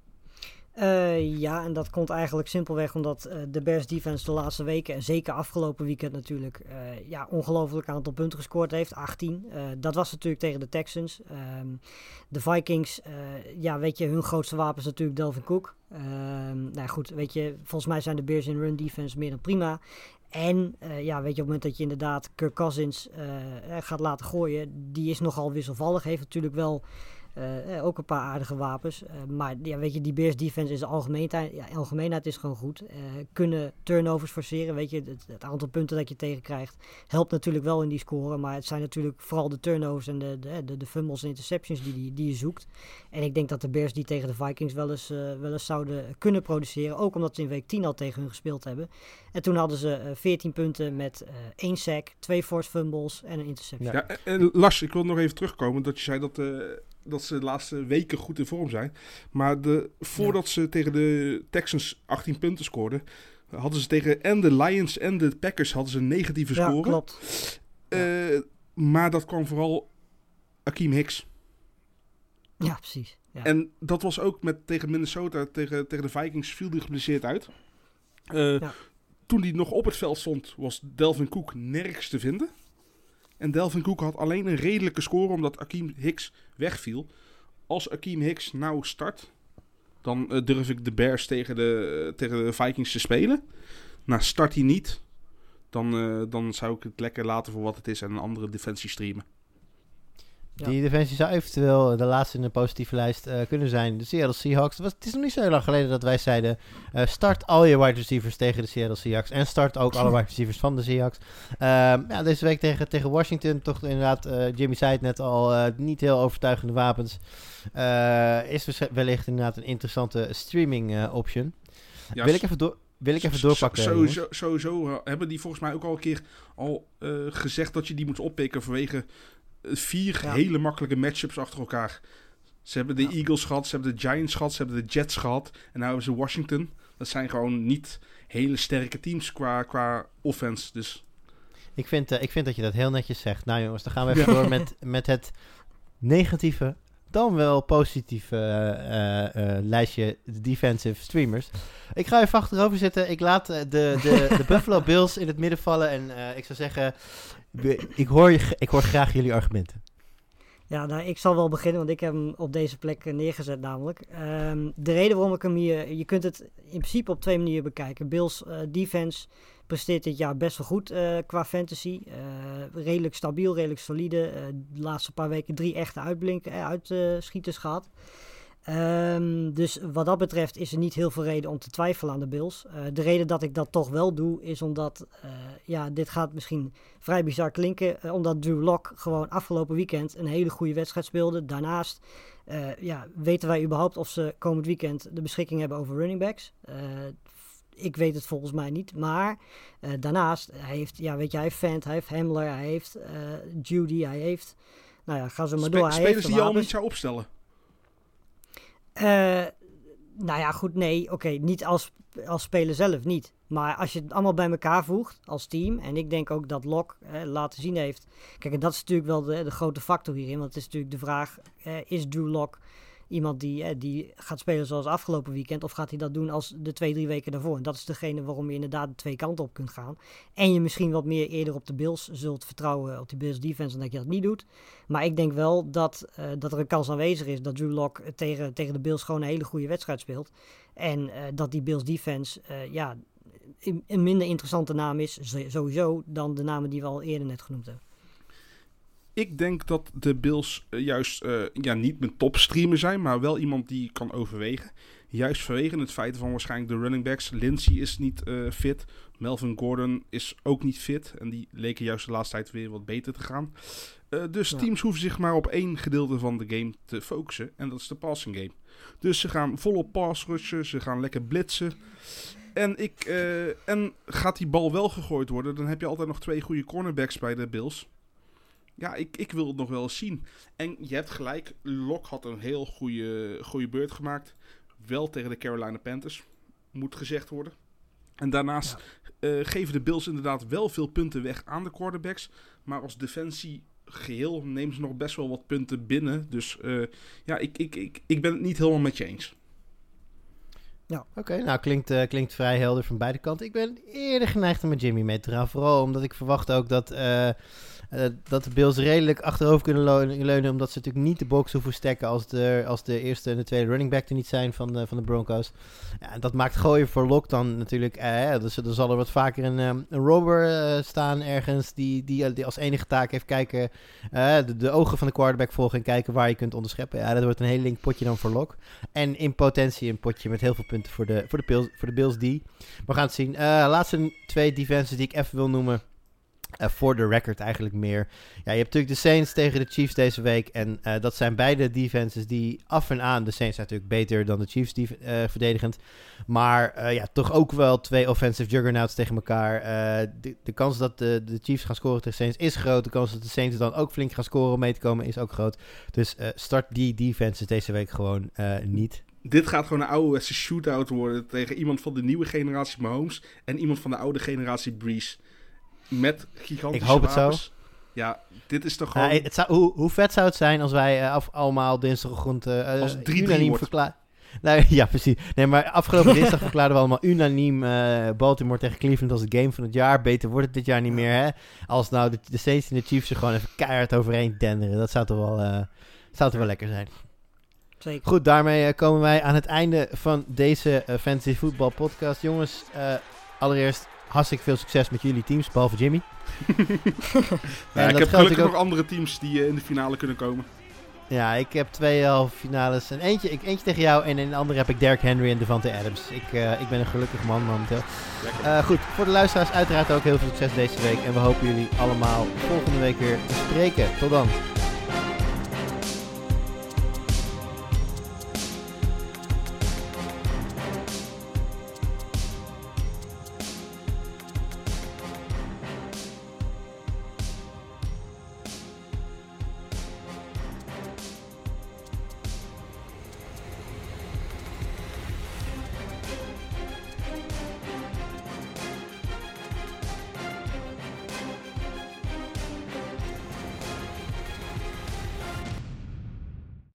Ja, en dat komt eigenlijk simpelweg omdat de Bears defense de laatste weken, en zeker afgelopen weekend natuurlijk, ongelooflijk aantal punten gescoord heeft, 18. Dat was natuurlijk tegen de Texans. De Vikings, weet je, hun grootste wapen is natuurlijk Dalvin Cook. Goed, weet je, volgens mij zijn de Bears in run defense meer dan prima. En weet je, op het moment dat je inderdaad Kirk Cousins gaat laten gooien, die is nogal wisselvallig, heeft natuurlijk wel ook een paar aardige wapens. Maar ja, weet je, die Bears defense in zijn algemeenheid is gewoon goed. Kunnen turnovers forceren. Weet je, het aantal punten dat je tegenkrijgt helpt natuurlijk wel in die score. Maar het zijn natuurlijk vooral de turnovers en de fumbles en interceptions die je zoekt. En ik denk dat de Bears die tegen de Vikings wel eens zouden kunnen produceren. Ook omdat ze in week 10 al tegen hun gespeeld hebben. En toen hadden ze 14 punten met 1 sack, 2 forced fumbles en een interception. Ja, en Lars, ik wil nog even terugkomen dat je zei dat ze de laatste weken goed in vorm zijn. Maar voordat ze tegen de Texans 18 punten scoorden, hadden ze tegen en de Lions en de Packers hadden ze een negatieve score. Ja, klopt. Maar dat kwam vooral Akiem Hicks. Ja, precies. Ja. En dat was ook tegen Minnesota, tegen de Vikings, viel die geblesseerd uit. Toen hij nog op het veld stond, was Dalvin Cook nergens te vinden. En Dalvin Cook had alleen een redelijke score omdat Akiem Hicks wegviel. Als Akiem Hicks nou start, dan durf ik de Bears tegen de Vikings te spelen. Nou, start hij niet, dan zou ik het lekker laten voor wat het is en een andere defensie streamen. Ja. Die defensie zou eventueel de laatste in de positieve lijst kunnen zijn. De Seattle Seahawks. Het is nog niet zo heel lang geleden dat wij zeiden, start al je wide receivers tegen de Seattle Seahawks. En start ook alle wide receivers van de Seahawks. Deze week tegen Washington. Toch inderdaad, Jimmy zei het net al, niet heel overtuigende wapens. Is wellicht inderdaad een interessante streaming option. Ja, wil ik even doorpakken. Sowieso hebben die volgens mij ook al een keer gezegd dat je die moet oppikken vanwege 4 hele makkelijke matchups achter elkaar. Ze hebben de Eagles gehad, ze hebben de Giants gehad, ze hebben de Jets gehad. En nu hebben ze Washington. Dat zijn gewoon niet hele sterke teams qua offense. Dus. Ik vind dat je dat heel netjes zegt. Nou jongens, dan gaan we even door met het negatieve, dan wel positieve lijstje defensive streamers. Ik ga even achterover zitten. Ik laat de Buffalo Bills in het midden vallen. En ik zou zeggen, ik hoor graag jullie argumenten. Ja, nou, ik zal wel beginnen, want ik heb hem op deze plek neergezet namelijk. De reden waarom ik hem hier... Je kunt het in principe op 2 manieren bekijken. Bills defense presteert dit jaar best wel goed qua fantasy. Redelijk stabiel, redelijk solide. De laatste paar weken 3 echte uitschieters gehad. Dus wat dat betreft is er niet heel veel reden om te twijfelen aan de Bills. De reden dat ik dat toch wel doe is omdat, dit gaat misschien vrij bizar klinken, omdat Drew Lock gewoon afgelopen weekend een hele goede wedstrijd speelde. Daarnaast weten wij überhaupt of ze komend weekend de beschikking hebben over running backs. Ik weet het volgens mij niet, maar daarnaast, hij heeft Fant, hij heeft Hamler, hij heeft Judy, hij heeft, ga zo maar door. Spelers die je al niet zou opstellen? Niet als speler zelf niet. Maar als je het allemaal bij elkaar voegt als team, en ik denk ook dat Lok laten zien heeft. Kijk, en dat is natuurlijk wel de grote factor hierin, want het is natuurlijk de vraag, is Drew Lock iemand die gaat spelen zoals afgelopen weekend, of gaat hij dat doen als de 2-3 weken daarvoor? En dat is degene waarom je inderdaad de 2 kanten op kunt gaan. En je misschien wat meer eerder op de Bills zult vertrouwen, op die Bills defense, dan dat je dat niet doet. Maar ik denk wel dat er een kans aanwezig is dat Drew Lock tegen de Bills gewoon een hele goede wedstrijd speelt. En dat die Bills defense een minder interessante naam is, sowieso, dan de namen die we al eerder net genoemd hebben. Ik denk dat de Bills juist niet mijn topstreamer zijn, maar wel iemand die kan overwegen. Juist vanwege het feit van waarschijnlijk de running backs. Lindsey is niet fit. Melvin Gordon is ook niet fit. En die leken juist de laatste tijd weer wat beter te gaan. Dus teams hoeven zich maar op één gedeelte van de game te focussen. En dat is de passing game. Dus ze gaan volop pass rushen. Ze gaan lekker blitzen. En gaat die bal wel gegooid worden, dan heb je altijd nog 2 goede cornerbacks bij de Bills. Ja, ik wil het nog wel eens zien. En je hebt gelijk, Locke had een heel goede beurt gemaakt. Wel tegen de Carolina Panthers, moet gezegd worden. En daarnaast geven de Bills inderdaad wel veel punten weg aan de quarterbacks. Maar als defensie geheel nemen ze nog best wel wat punten binnen. Dus ik ben het niet helemaal met je eens. Ja, oké. Nou, klinkt vrij helder van beide kanten. Ik ben eerder geneigd om met Jimmy mee te gaan. Vooral omdat ik verwacht ook dat de Bills redelijk achterover kunnen leunen. Omdat ze natuurlijk niet de box hoeven stacken als de eerste en de tweede running back er niet zijn van de Broncos. Ja, en dat maakt gooien voor Locke dan natuurlijk. Dus er zal er wat vaker een rover staan ergens die als enige taak heeft kijken. De ogen van de quarterback volgen en kijken waar je kunt onderscheppen. Ja, dat wordt een heel link potje dan voor Locke. En in potentie een potje met heel veel punten voor de Bills die. We gaan het zien. Laatste 2 defenses die ik even wil noemen. Voor de record eigenlijk meer. Ja, je hebt natuurlijk de Saints tegen de Chiefs deze week. En dat zijn beide defenses die af en aan... De Saints zijn natuurlijk beter dan de Chiefs verdedigend. Maar toch ook wel 2 offensive juggernauts tegen elkaar. De kans dat de Chiefs gaan scoren tegen de Saints is groot. De kans dat de Saints dan ook flink gaan scoren om mee te komen is ook groot. Dus start die defenses deze week gewoon niet. Dit gaat gewoon een ouderwetse shootout worden tegen iemand van de nieuwe generatie Mahomes en iemand van de oude generatie Breeze. Met gigantische Ik hoop het wapens. zo. Ja, dit is toch gewoon... Hoe vet zou het zijn als wij allemaal dinsdagochtend als 3-3 unaniem verklaren... Nou, ja, precies. Nee, maar afgelopen dinsdag verklaarden we allemaal unaniem Baltimore tegen Cleveland als het game van het jaar. Beter wordt het dit jaar niet meer, hè? Als nou de Saints en de Chiefs er gewoon even keihard overheen denderen. Dat zou toch wel lekker zijn. Zeker. Goed, daarmee komen wij aan het einde van deze Fantasy Football podcast. Jongens, allereerst hartstikke veel succes met jullie teams, behalve Jimmy. Ja, ik heb gelukkig nog andere teams die in de finale kunnen komen. Ja, ik heb 2 halve finales. En eentje tegen jou en in de andere heb ik Derrick Henry en Davante Adams. Ik ben een gelukkig man momenteel. Goed, voor de luisteraars uiteraard ook heel veel succes deze week. En we hopen jullie allemaal volgende week weer te spreken. Tot dan.